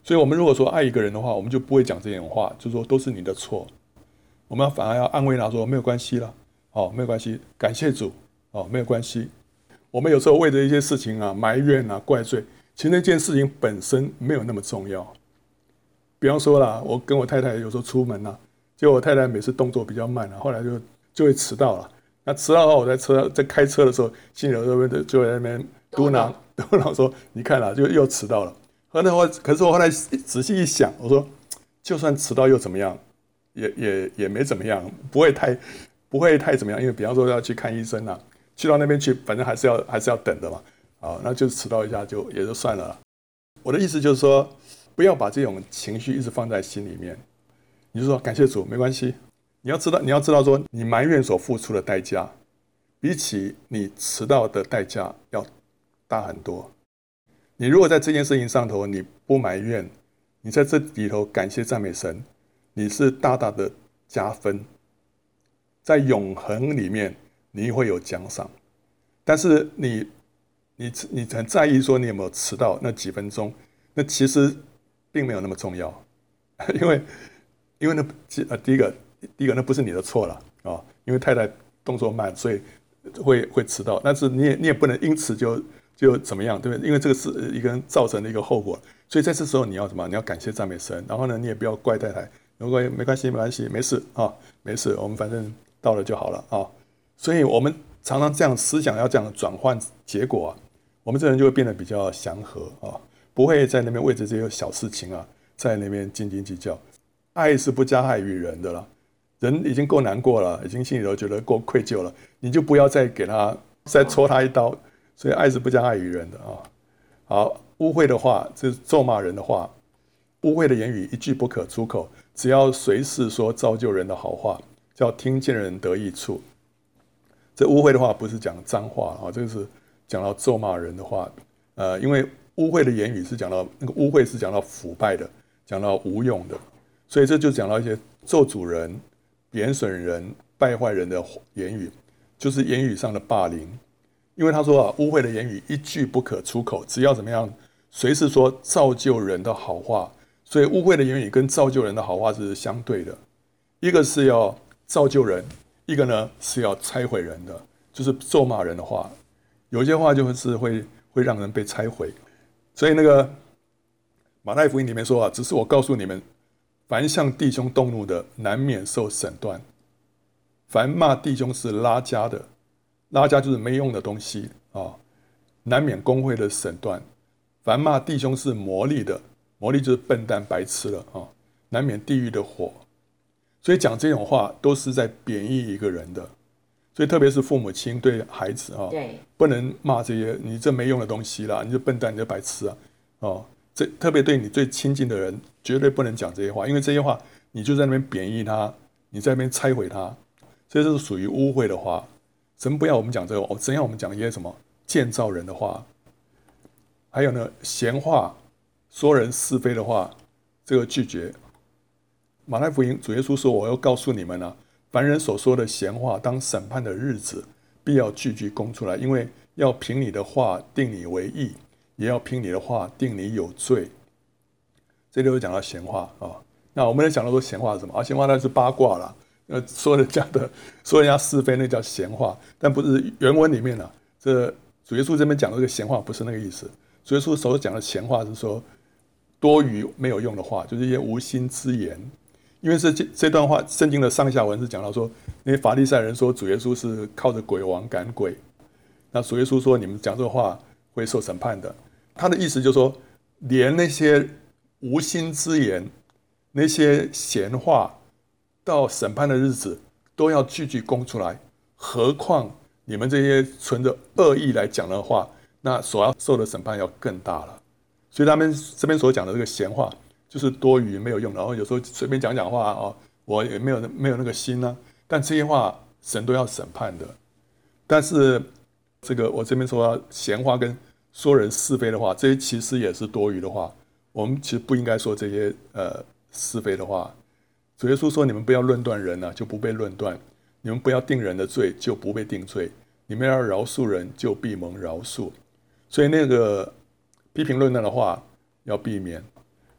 所以我们如果说爱一个人的话，我们就不会讲这种话，就说都是你的错。我们反而要安慰他说没有关系了，哦，没有关系，感谢主，哦，没有关系。我们有时候为着一些事情啊埋怨啊怪罪，其实那件事情本身没有那么重要。比方说啦，我跟我太太有时候出门啊，结果我太太每次动作比较慢啊，后来就就会迟到了。那迟到的话，我在车在开车的时候，心里头就在那边嘟囔嘟囔说：“你看啦，就又迟到了。”后来我可是我后来仔细一想，我说，就算迟到又怎么样？也也也没怎么样，不会太不会太怎么样。因为比方说要去看医生啊，去到那边去，反正还是要还是要等的嘛。啊，那就迟到一下就也就算了啦。我的意思就是说，不要把这种情绪一直放在心里面。你就说感谢主，没关系。你要知道，你要知道说，你埋怨所付出的代价，比起你迟到的代价要大很多。你如果在这件事情上头你不埋怨，你在这里头感谢赞美神，你是大大的加分，在永恒里面你会有奖赏。但是你你你很在意说你有没有迟到那几分钟，那其实并没有那么重要，因为因为那呃第一个第一个那不是你的错了啊、哦，因为太太动作慢，所以会会迟到。但是你也你也不能因此就就怎么样，对不对？因为这个是一个人造成的一个后果。所以在这时候你要什么？你要感谢赞美神，然后呢，你也不要怪太太。如果没关系，没关系，没事啊、哦，没事，我们反正到了就好了啊、哦。所以我们常常这样思想要这样转换结果啊，我们这人就会变得比较祥和啊、哦，不会在那边为着这些小事情啊，在那边斤斤计较。爱是不加害于人的了，人已经够难过了，已经心里头觉得够愧疚了，你就不要再给他再戳他一刀。所以爱是不加害于人的啊、哦。好，污秽的话，这是咒骂人的话，污秽的言语一句不可出口，只要随时说造就人的好话，叫听见人得益处。这污秽的话不是讲脏话啊，这个是讲到咒骂人的话。呃，因为污秽的言语是讲到那个污秽是讲到腐败的，讲到无用的，所以这就讲到一些咒诅人、贬损人、败坏人的言语，就是言语上的霸凌。因为他说啊，污秽的言语一句不可出口，只要怎么样，随时说造就人的好话。所以污秽的言语跟造就人的好话是相对的，一个是要造就人，一个呢是要拆毁人的，就是咒骂人的话。有些话就是会会让人被拆毁。所以那个马太福音里面说啊，只是我告诉你们，凡向弟兄动怒的，难免受审断；凡骂弟兄是拉加的，拉加就是没用的东西啊，难免公会的审断；凡骂弟兄是魔力的，魔力就是笨蛋白痴了啊，难免地狱的火。所以讲这种话都是在贬义一个人的。所以特别是父母亲对孩子啊，不能骂这些你这没用的东西啦，你这笨蛋，你这白痴啊，哦，这特别对你最亲近的人，绝对不能讲这些话，因为这些话你就在那边贬义他，你在那边拆毁他，这是属于污秽的话。神不要我们讲这个，神要我们讲一些什么建造人的话。还有呢，闲话，说人是非的话，这个拒绝。马太福音主耶稣说：“我要告诉你们啊，凡人所说的闲话，当审判的日子，必要句句供出来，因为要凭你的话定你为义，也要凭你的话定你有罪。”这里有讲到闲话啊。那我们讲到说闲话是什么啊？闲话那是八卦啦，呃，说人家的说人家是非，那叫闲话，但不是原文里面啊。这主耶稣这边讲的这个闲话不是那个意思。主耶稣所讲的闲话是说多余没有用的话，就是一些无心之言。因为这这段话，圣经的上下文是讲到说，那些法利赛人说主耶稣是靠着鬼王赶鬼，那主耶稣说你们讲这话会受审判的。他的意思就是说，连那些无心之言、那些闲话，到审判的日子都要句句供出来，何况你们这些存着恶意来讲的话，那所要受的审判要更大了。所以他们这边所讲的这个闲话，就是多余没有用，然后有时候随便讲讲话哦，我也没有没有那个心呢、啊。但这些话神都要审判的。但是这个我这边说闲话跟说人是非的话，这些其实也是多余的话。我们其实不应该说这些呃是非的话。主耶稣说：“你们不要论断人啊，就不被论断；你们不要定人的罪，就不被定罪；你们要饶恕人，就必蒙饶恕。”所以那个批评论断的话要避免。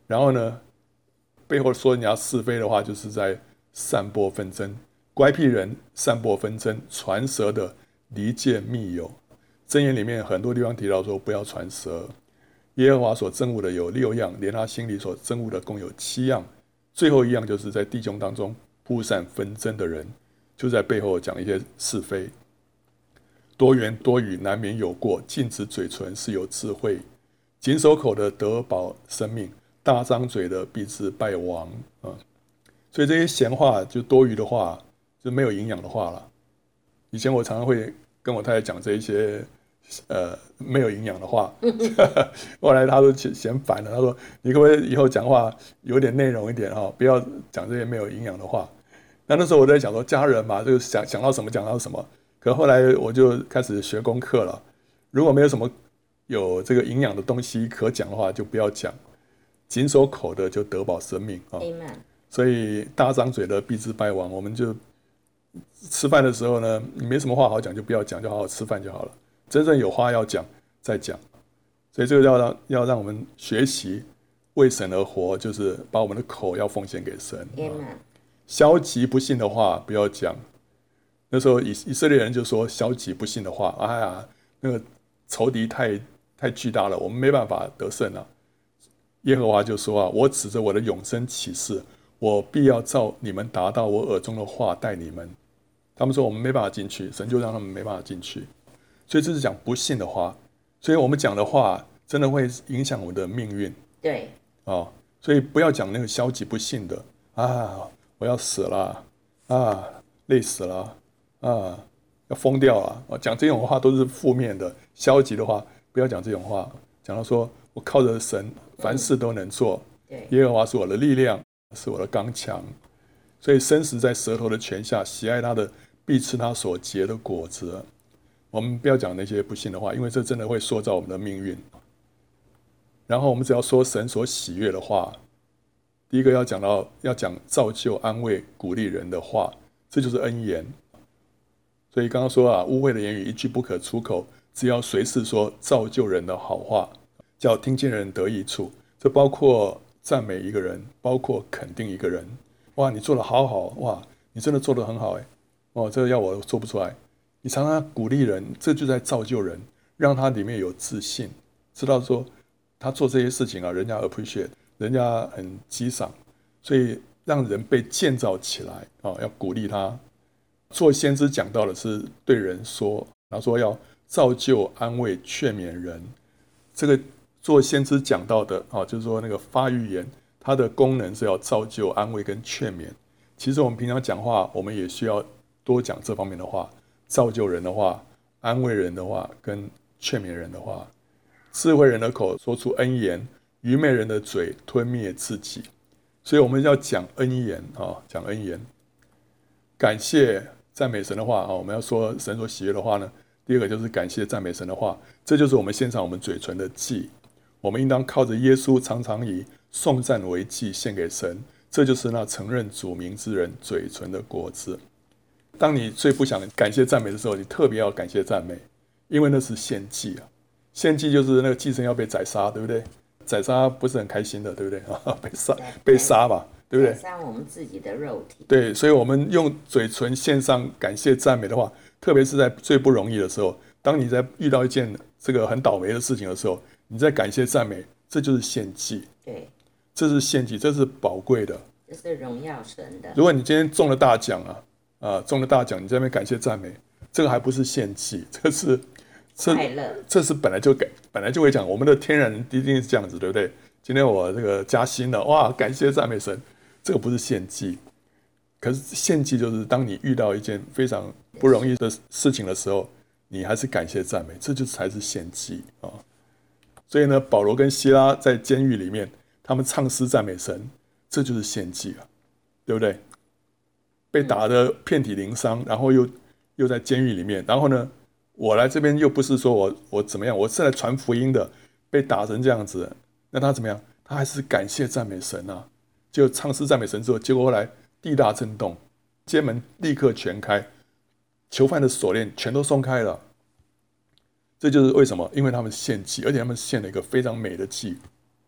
然后呢，背后说人家是非的话，就是在散播纷争。乖僻人散播纷争，传舌的离间密友。箴言里面很多地方提到说不要传舌。耶和华所憎恶的有六样，连他心里所憎恶的共有七样。最后一样就是在弟兄当中铺散纷争的人，就在背后讲一些是非。多言多语难免有过，禁止嘴唇是有智慧。谨守口的得保生命，大张嘴的必致败亡、嗯、所以这些闲话就多余的话，就没有营养的话了。以前我常常会跟我太太讲这一些呃没有营养的话，后来她都嫌烦了，她说你可不可以以后讲话有点内容一点、哦、不要讲这些没有营养的话。那那时候我在想说家人嘛，就想想到什么讲到什么。可后来我就开始学功课了，如果没有什么有这个营养的东西可讲的话，就不要讲。谨守口的就得保生命、哦、所以大张嘴的必致败亡。我们就吃饭的时候呢，你没什么话好讲就不要讲，就好好吃饭就好了。真正有话要讲再讲。所以这个要让要让我们学习为神而活，就是把我们的口要奉献给神、哦、消极不信的话不要讲。那时候 以, 以色列人就说消极不信的话，哎呀，那个仇敌太太巨大了，我们没办法得胜了。耶和华就说啊，我指着我的永生起誓，我必要照你们达到我耳中的话带你们。他们说我们没办法进去，神就让他们没办法进去。所以这是讲不信的话，所以我们讲的话真的会影响我们的命运。 对、 哦、所以不要讲那个消极不信的啊，我要死了啊，累死了啊，要疯掉了，讲这种话都是负面的消极的话，不要讲这种话。讲到说我靠着神凡事都能做、 嗯、 耶和华是我的力量，是我的刚强。所以生死在舌头的泉下，喜爱他的必吃他所结的果子。我们不要讲那些不信的话，因为这真的会塑造我们的命运。然后我们只要说神所喜悦的话。第一个要讲到要讲造就安慰鼓励人的话，这就是恩言。所以刚刚说啊，污秽的言语一句不可出口，只要随时说造就人的好话，叫听见人得益处。这包括赞美一个人，包括肯定一个人。哇，你做得好好，哇，你真的做得很好，哎，哇，这个要我做不出来。你常常鼓励人，这就在造就人，让他里面有自信，知道说他做这些事情啊，人家 appreciate， 人家很激赏，所以让人被建造起来啊，要鼓励他。做先知讲到的是对人说，然后说要造就安慰劝勉人。这个做先知讲到的啊，就是说那个发预言，它的功能是要造就安慰跟劝勉。其实我们平常讲话，我们也需要多讲这方面的话，造就人的话，安慰人的话，跟劝勉人的话。智慧人的口说出恩言，愚昧人的嘴吞灭自己。所以我们要讲恩言啊，讲恩言，感谢赞美神的话啊，我们要说神所喜悦的话呢。第二个就是感谢赞美神的话，这就是我们献上我们嘴唇的祭。我们应当靠着耶稣，常常以颂赞为祭献给神，这就是那承认主名之人嘴唇的果子。当你最不想感谢赞美的时候，你特别要感谢赞美，因为那是献祭啊。献祭就是那个祭牲要被宰杀，对不对？宰杀不是很开心的，对不对？被杀被杀吧，对不对？ 宰杀我们自己的肉体。 对，所以我们用嘴唇献上感谢赞美的话，特别是在最不容易的时候，当你在遇到一件这个很倒霉的事情的时候，你在感谢赞美，这就是献祭。 对， 这是献祭，这是宝贵的， 这是荣耀神的。 如果你今天中了大奖啊，啊中了大奖，你在那边感谢赞美，这个还不是献祭，这是快乐， 这是本来就本来就会讲，我们的天然一定是这样子，对不对？今天我这个加薪了，哇，感谢赞美神，这个不是献祭。可是献祭就是当你遇到一件非常不容易的事情的时候，你还是感谢赞美，这就才是献祭啊。所以呢，保罗跟希拉在监狱里面，他们唱诗赞美神，这就是献祭啊，对不对？被打得遍体鳞伤，然后又又在监狱里面，然后呢，我来这边又不是说我我怎么样，我是来传福音的，被打成这样子，那他怎么样？他还是感谢赞美神啊。就唱诗赞美神之后，结果后来地大震动，监门立刻全开，囚犯的锁链全都松开了。这就是为什么，因为他们献祭，而且他们献了一个非常美的祭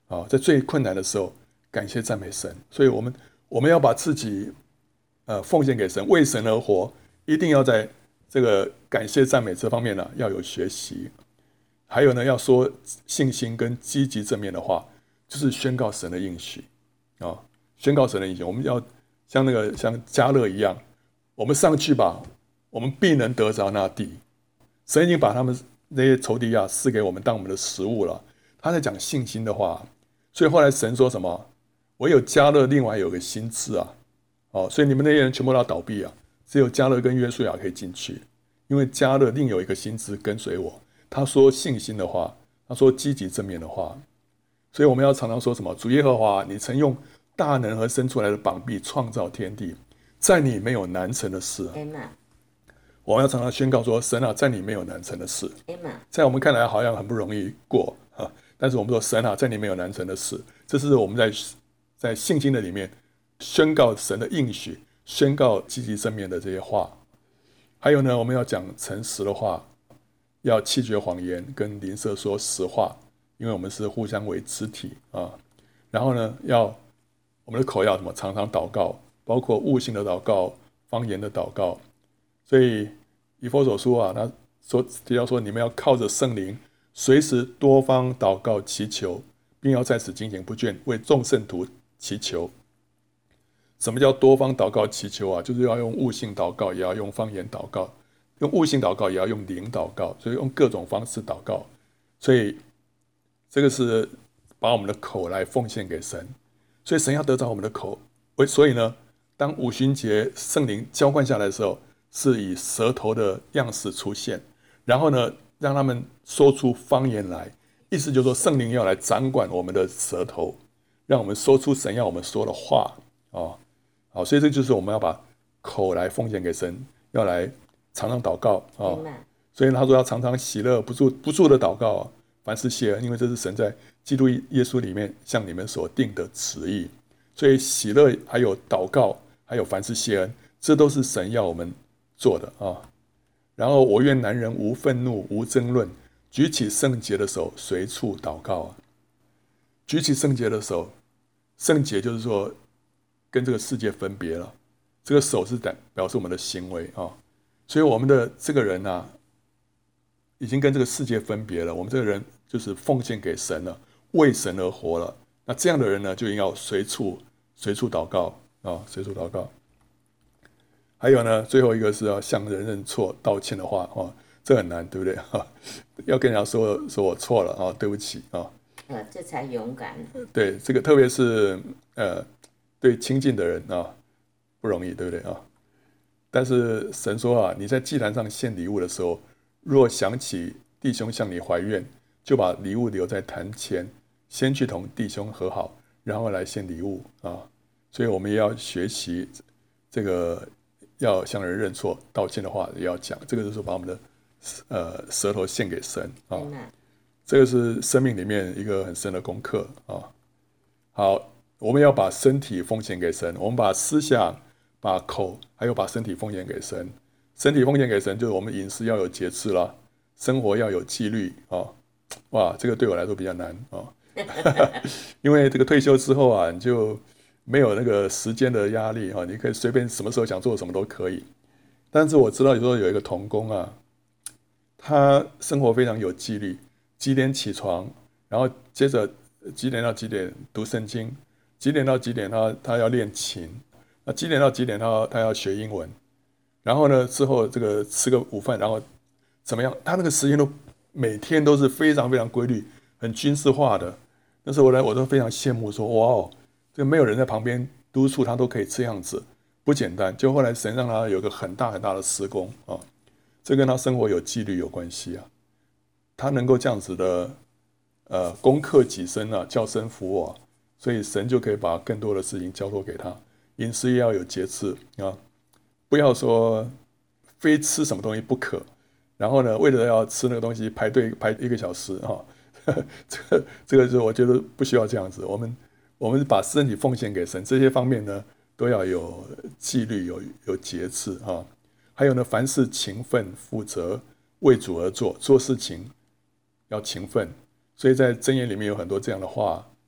啊，在最困难的时候感谢赞美神。所以我们我们要把自己呃奉献给神，为神而活，一定要在这个感谢赞美这方面呢要有学习。还有呢，要说信心跟积极正面的话，就是宣告神的应许啊，宣告神的应许。我们要像那个像迦勒一样，我们上去吧，我们必能得着那地。神已经把他们那些仇敌啊赐给我们当我们的食物了。他在讲信心的话，所以后来神说什么？唯有迦勒另外有个心志啊，哦，所以你们那些人全部都要倒闭啊，只有迦勒跟约书亚可以进去，因为迦勒另有一个心志跟随我。他说信心的话，他说积极正面的话，所以我们要常常说什么？主耶和华，你曾用大能和伸出来的膀臂创造天地，在你没有难成的事。我们要常常宣告说，神啊，在你没有难成的事。在我们看来好像很不容易过啊，但是我们说神啊，在你没有难成的事。这是我们在在信心的里面宣告神的应许，宣告积极正面的这些话。还有呢，我们要讲诚实的话，要弃绝谎言，跟邻舍说实话，因为我们是互相为肢体啊。然后呢，要我们的口要什么？常常祷告，包括悟性的祷告、方言的祷告。所以以弗所书啊，他说提到说，你们要靠着圣灵，随时多方祷告祈求，并要在此精勤不倦，为众圣徒祈求。什么叫多方祷告祈求啊？就是要用悟性祷告，也要用方言祷告，用悟性祷告，也要用灵祷告，所以用各种方式祷告。所以这个是把我们的口来奉献给神，所以神要得着我们的口。所以呢，当五旬节圣灵浇灌下来的时候，是以舌头的样式出现，然后呢，让他们说出方言来，意思就是说圣灵要来掌管我们的舌头，让我们说出神要我们说的话啊。好，所以这就是我们要把口来奉献给神，要来常常祷告啊。所以他说要常常喜乐，不住不住的祷告啊，凡事谢恩，因为这是神在基督耶稣里面向你们所定的旨意。所以喜乐还有祷告还有凡事谢恩，这都是神要我们做的啊。然后我愿男人无愤怒无争论，举起圣洁的手随处祷告啊。举起圣洁的手，圣洁就是说跟这个世界分别了，这个手是表示我们的行为啊。所以我们的这个人啊，已经跟这个世界分别了，我们这个人就是奉献给神了，为神而活了。那这样的人呢，就应该要随处随处祷告啊，随处祷告。还有呢，最后一个是要向人认错道歉的话啊，这很难，对不对？要跟人家说说我错了啊，对不起啊， 呃，这才勇敢。 对，这个特别是呃对亲近的人啊，不容易，对不对啊？但是神说啊，你在祭坛上献礼物的时候，若想起弟兄向你怀怨，就把礼物留在坛前，先去同弟兄和好，然后来献礼物啊。所以我们也要学习这个，要向人认错道歉的话也要讲，这个就是把我们的呃舌头献给神啊。这个是生命里面一个很深的功课啊。好，我们要把身体奉献给神，我们把思想、把口还有把身体奉献给神。身体奉献给神，就是我们饮食要有节制啦，生活要有纪律啊。哇，这个对我来说比较难啊，因为这个退休之后啊，你就没有那个时间的压力啊，你可以随便什么时候想做什么都可以。但是我知道有时候有一个同工啊，他生活非常有纪律，几点起床，然后接着几点到几点读圣经，几点到几点他他要练琴，那几点到几点他他要学英文，然后呢之后这个吃个午饭，然后怎么样？他那个时间都每天都是非常非常规律，很军事化的。那时候我来我都非常羡慕说，哇哦，这个没有人在旁边督促他都可以这样子，不简单。就后来神让他有个很大很大的施工啊，这跟他生活有纪律有关系啊。他能够这样子的呃攻克己身啊，叫身服我，所以神就可以把更多的事情交托给他。饮食也要有节制啊，不要说非吃什么东西不可，然后呢为了要吃那个东西排队排一个小时啊，这个这个是我觉得不需要这样子。我们我们把身体奉献给神，这些方面呢都要有纪律有有节制啊。还有呢，凡事勤奋负责，为主而做，做事情要勤奋。所以在箴言里面有很多这样的话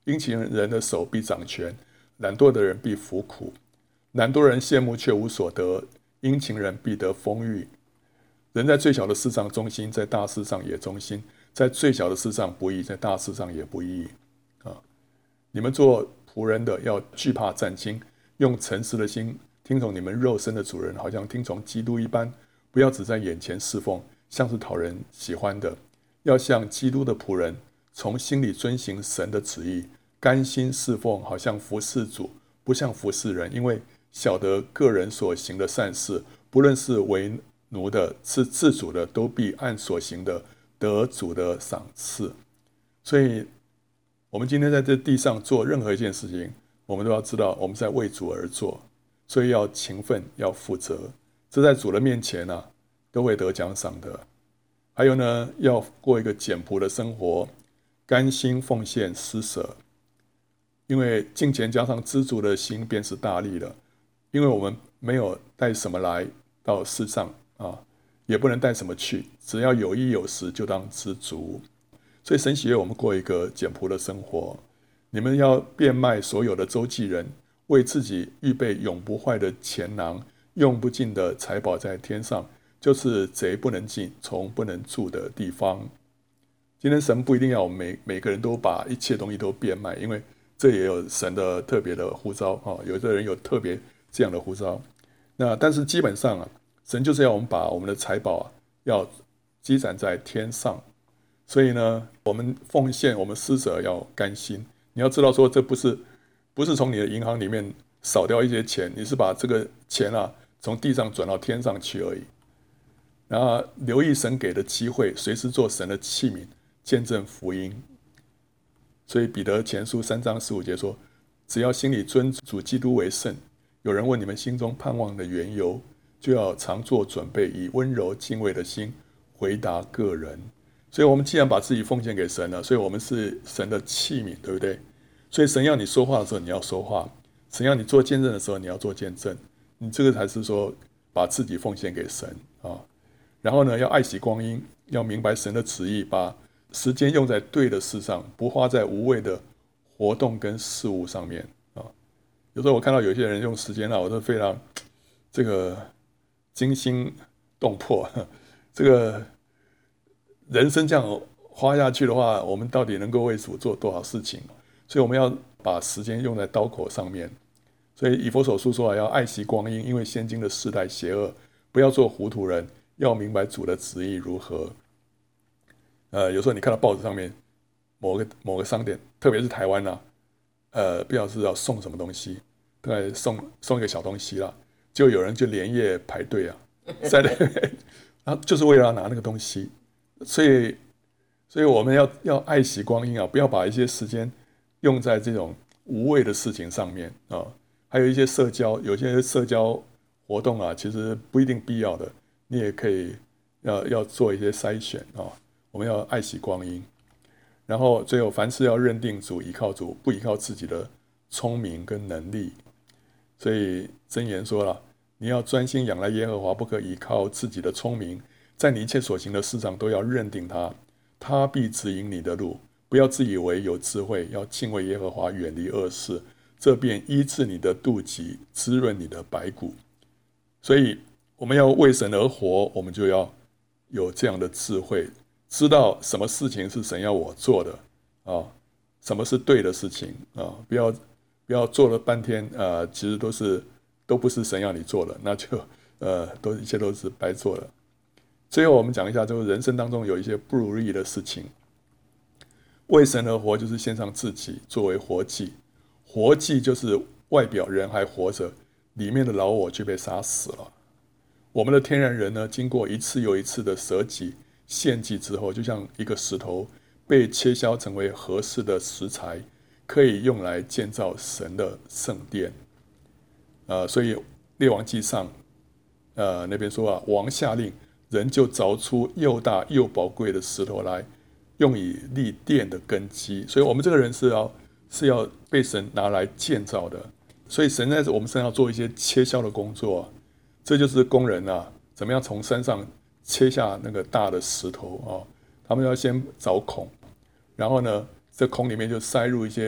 殷勤人的手必掌权，懒惰的人必服苦。懒惰人羡慕却无所得，殷勤人必得丰裕。人在最小的事上忠心，在大事上也忠心；在最小的事上不义，在大事上也不义。啊，你们做仆人的要惧怕战兢，用诚实的心听从你们肉身的主人，好像听从基督一般。不要只在眼前侍奉，像是讨人喜欢的，要像基督的仆人，从心里遵行神的旨意，甘心侍奉，好像服侍主，不像服侍人。因为晓得个人所行的善事，不论是为奴的，是自主的，都必按所行的得主的赏赐。所以我们今天在这地上做任何一件事情，我们都要知道我们在为主而做，所以要勤奋，要负责。这在主的面前啊，都会得奖赏的。还有呢，要过一个简朴的生活，甘心奉献施舍。因为敬虔加上知足的心，便是大利了。因为我们没有带什么来到世上啊，也不能带什么去，只要有衣有食，就当知足。所以神喜悦我们过一个简朴的生活。你们要变卖所有的周济人，为自己预备永不坏的钱囊，用不尽的财宝在天上，就是贼不能进，虫不能住的地方。今天神不一定要我们 每, 每个人都把一切东西都变卖，因为这也有神的特别的呼召、哦、有的人有特别这样的呼召。那但是基本上啊，神就是要我们把我们的财宝、啊、要积攒在天上。所以呢，我们奉献，我们施舍要甘心。你要知道说，这不是不是从你的银行里面少掉一些钱，你是把这个钱啊从地上转到天上去而已。然后留意神给的机会，随时做神的器皿，见证福音。所以彼得前书三章十五节说，只要心里尊主基督为圣，有人问你们心中盼望的缘由，就要常做准备，以温柔敬畏的心回答个人。所以我们既然把自己奉献给神了，所以我们是神的器皿，对不对？所以神要你说话的时候你要说话，神要你做见证的时候你要做见证，你这个才是说把自己奉献给神啊。然后呢，要爱惜光阴，要明白神的旨意，把时间用在对的事上，不花在无谓的活动跟事物上面啊。有时候我看到有些人用时间啊，我都非常这个惊心动魄。这个人生这样花下去的话，我们到底能够为主做多少事情？所以我们要把时间用在刀口上面。所以以弗所书说要爱惜光阴，因为现今的世代邪恶，不要做糊涂人，要明白主的旨意如何。呃，有时候你看到报纸上面某个某个商店，特别是台湾啊，呃，不知道是要送什么东西，大概送送一个小东西啦，就有人就连夜排队啊，在那边，然后就是为了要拿那个东西。所以，所以我们要要爱惜光阴啊，不要把一些时间用在这种无谓的事情上面啊。还有一些社交，有些社交活动啊，其实不一定必要的，你也可以要要做一些筛选啊。我们要爱惜光阴，然后最后凡事要认定主，依靠主，不依靠自己的聪明跟能力。所以箴言说了，你要专心仰赖耶和华，不可依靠自己的聪明，在你一切所行的事上都要认定他，他必指引你的路。不要自以为有智慧，要敬畏耶和华，远离恶事，这便医治你的肚脐，滋润你的白骨。所以我们要为神而活，我们就要有这样的智慧，知道什么事情是神要我做的啊，什么是对的事情啊，不要不要做了半天，呃，其实都是都不是神要你做的，那就呃，都一切都是白做的。最后我们讲一下，就是人生当中有一些不如意的事情。为神而活，就是献上自己作为活祭。活祭就是外表人还活着，里面的老我却被杀死了。我们的天然人呢，经过一次又一次的舍己献祭之后，就像一个石头被切削成为合适的石材，可以用来建造神的圣殿。呃，所以列王纪上，呃那边说啊，王下令，人就凿出又大又宝贵的石头来，用以立殿的根基。所以我们这个人是要是要被神拿来建造的。所以神在我们身上做一些切削的工作、啊，这就是工人啊，怎么样从山上切下那个大的石头啊？他们要先凿孔，然后呢，这孔里面就塞入一些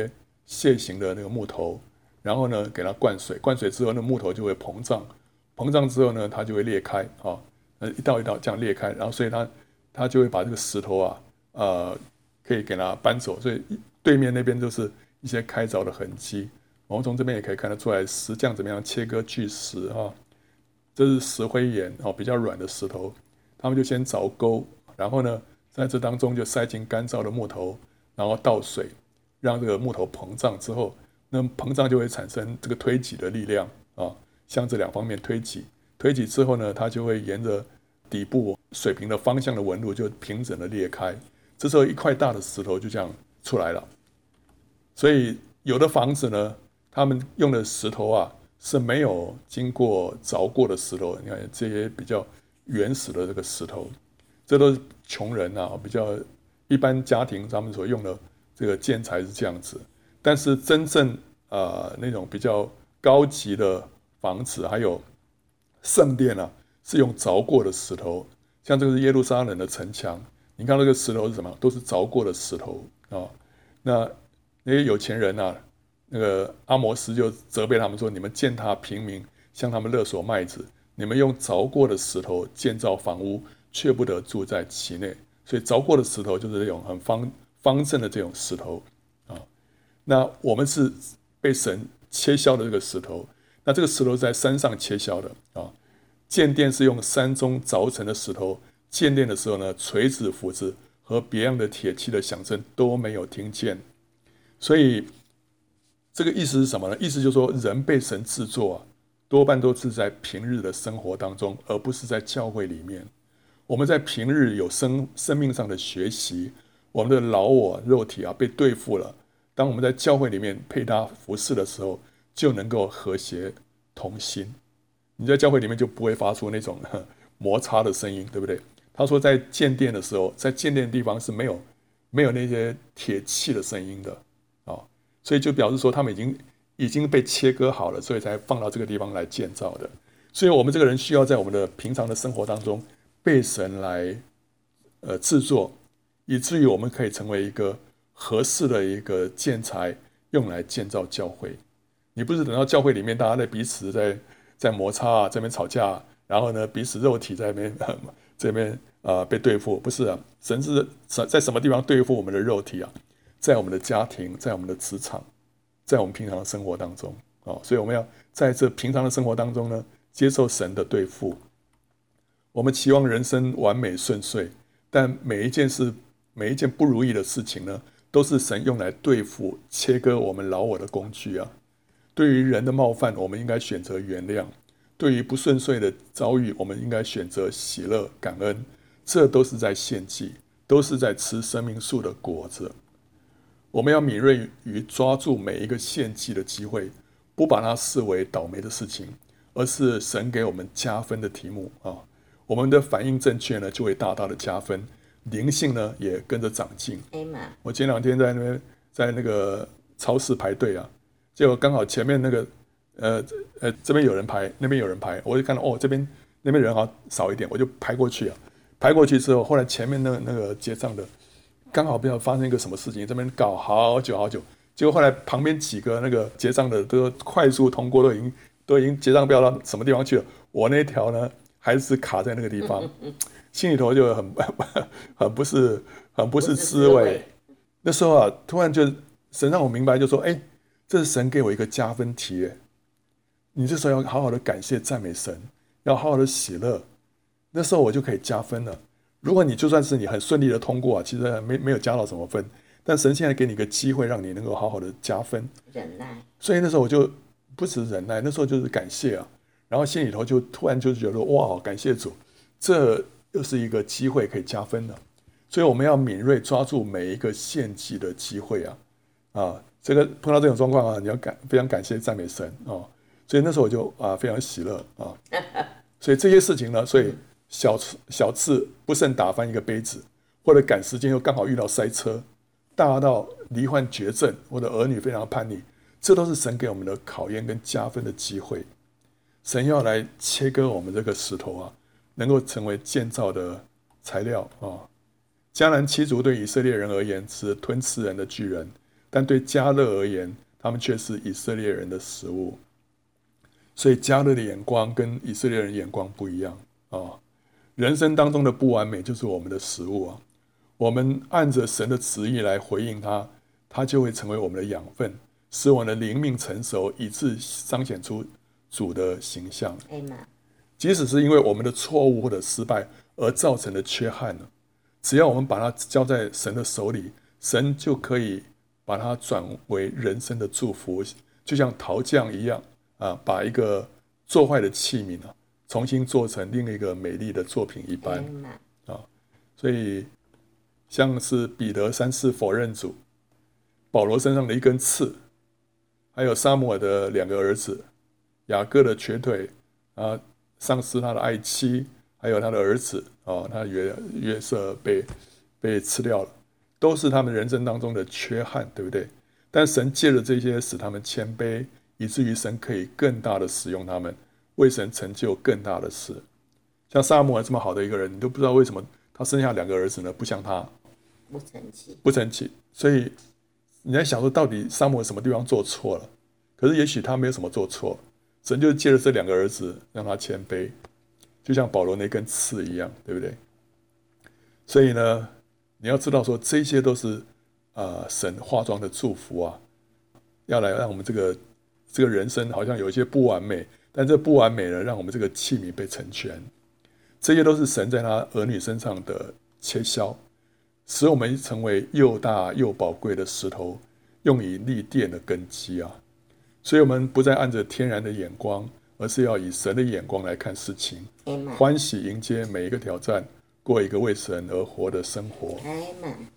楔形的那个木头，然后呢给它灌水，灌水之后那木头就会膨胀，膨胀之后呢它就会裂开啊，呃一道一道这样裂开，然后所以它它就会把这个石头啊呃可以给它搬走，所以对面那边就是一些开凿的痕迹。我们从这边也可以看得出来石匠怎么样切割巨石啊，这是石灰岩哦，比较软的石头，他们就先凿沟，然后呢在这当中就塞进干燥的木头，然后倒水，让这个木头膨胀之后，那膨胀就会产生这个推挤的力量啊，向这两方面推挤，推挤之后呢，它就会沿着底部水平的方向的纹路就平整的裂开，这时候一块大的石头就这样出来了。所以有的房子呢，他们用的石头啊是没有经过凿过的石头，你看这些比较原始的这个石头，这都是穷人啊，比较一般家庭他们所用的这个建材是这样子。但是真正呃那种比较高级的房子，还有圣殿啊，是用凿过的石头，像这个是耶路撒冷的城墙，你看那个石头是什么？都是凿过的石头啊。那那些有钱人啊，那个阿摩斯就责备他们说：“你们践踏平民，向他们勒索麦子，你们用凿过的石头建造房屋，却不得住在其内。”所以凿过的石头就是这种很方方正的这种石头啊。那我们是被神切削的这个石头，那这个石头是在山上切削的啊。建殿是用山中凿成的石头，建殿的时候呢，锤子、斧子和别样的铁器的响声都没有听见。所以这个意思是什么呢？意思就是说，人被神制作啊，多半都是在平日的生活当中，而不是在教会里面。我们在平日有生生命上的学习，我们的老我肉体啊被对付了。当我们在教会里面配搭服侍的时候，就能够和谐同心。你在教会里面就不会发出那种摩擦的声音，对不对？他说，在建殿的时候，在建殿的地方是没有没有那些铁器的声音的。哦、所以就表示说他们已经已经被切割好了，所以才放到这个地方来建造的。所以我们这个人需要在我们的平常的生活当中被神来呃制作，以至于我们可以成为一个合适的一个建材，用来建造教会。你不是等到教会里面大家在彼此在在摩擦啊，这边吵架，然后呢彼此肉体在那边这边呃被对付，不是啊？神是在什么地方对付我们的肉体啊？在我们的家庭，在我们的职场，在我们平常的生活当中、哦、所以我们要在这平常的生活当中呢，接受神的对付。我们期望人生完美顺遂，但每一件事每一件不如意的事情呢，都是神用来对付切割我们老我的工具啊。对于人的冒犯，我们应该选择原谅；对于不顺遂的遭遇，我们应该选择喜乐感恩。这都是在献祭，都是在吃生命树的果子。我们要敏锐于抓住每一个献祭的机会，不把它视为倒霉的事情，而是神给我们加分的题目啊。我们的反应正确呢，就会大大的加分，灵性呢也跟着长进。我前两天在那边在那个超市排队啊，结果刚好前面那个呃呃这边有人排，那边有人排，我就看到哦这边那边人好像少一点，我就排过去啊。排过去之后，后来前面那个那个结账的。刚好不知道发生一个什么事情，这边搞好久好久，结果后来旁边几个那个结账的都快速通过，都已经都已经结账不知道到什么地方去了。我那条呢还是卡在那个地方，心里头就很很不是很不是滋味。那时候啊，突然就神让我明白，就说：“哎，这是神给我一个加分题，你这时候要好好的感谢赞美神，要好好的喜乐。那时候我就可以加分了。”如果你就算是你很顺利的通过、啊、其实 没, 没有加到什么分，但神现在给你一个机会，让你能够好好的加分， 忍耐。所以那时候我就不止忍耐，那时候就是感谢啊，然后心里头就突然就觉得哇，感谢主，这又是一个机会可以加分的。所以我们要敏锐抓住每一个献祭的机会啊啊，这个碰到这种状况啊，你要感非常感谢赞美神啊，所以那时候我就啊非常喜乐啊，所以这些事情呢，所以。小次小次不慎打翻一个杯子，或者赶时间又刚好遇到塞车，大到罹患绝症，或者儿女非常叛逆，这都是神给我们的考验跟加分的机会。神要来切割我们这个石头啊，能够成为建造的材料啊。迦南七族对以色列人而言是吞吃人的巨人， 但对迦勒而言，他们却是以色列人的食物。所以迦勒的眼光跟以色列人眼光不一样啊。人生当中的不完美就是我们的食物啊。我们按着神的旨意来回应他，他就会成为我们的养分，使我们的灵命成熟，以致彰显出主的形象。即使是因为我们的错误或者失败而造成的缺憾呢，只要我们把它交在神的手里，神就可以把它转为人生的祝福，就像陶匠一样啊，把一个做坏的器皿啊，重新做成另一个美丽的作品一般啊。所以像是彼得三次否认主，保罗身上的一根刺，还有撒母耳的两个儿子，雅各的瘸腿啊，丧失他的爱妻，还有他的儿子啊，他约约瑟被被吃掉了，都是他们人生当中的缺憾，对不对？但神借着这些使他们谦卑，以至于神可以更大的使用他们，为神成就更大的事。像撒母耳这么好的一个人，你都不知道为什么他生下两个儿子呢？不像他， 不成器， 不成器。所以你在想说，到底撒母耳什么地方做错了？可是也许他没有什么做错，神就借着这两个儿子让他谦卑，就像保罗那根刺一样，对不对？所以呢，你要知道说，这些都是呃神化妆的祝福啊，要来让我们这个这个人生好像有一些不完美，但这不完美呢，让我们这个器皿被成全。这些都是神在他儿女身上的切削，使我们成为又大又宝贵的石头，用以立殿的根基啊。所以我们不再按着天然的眼光，而是要以神的眼光来看事情，欢喜迎接每一个挑战，过一个为神而活的生活。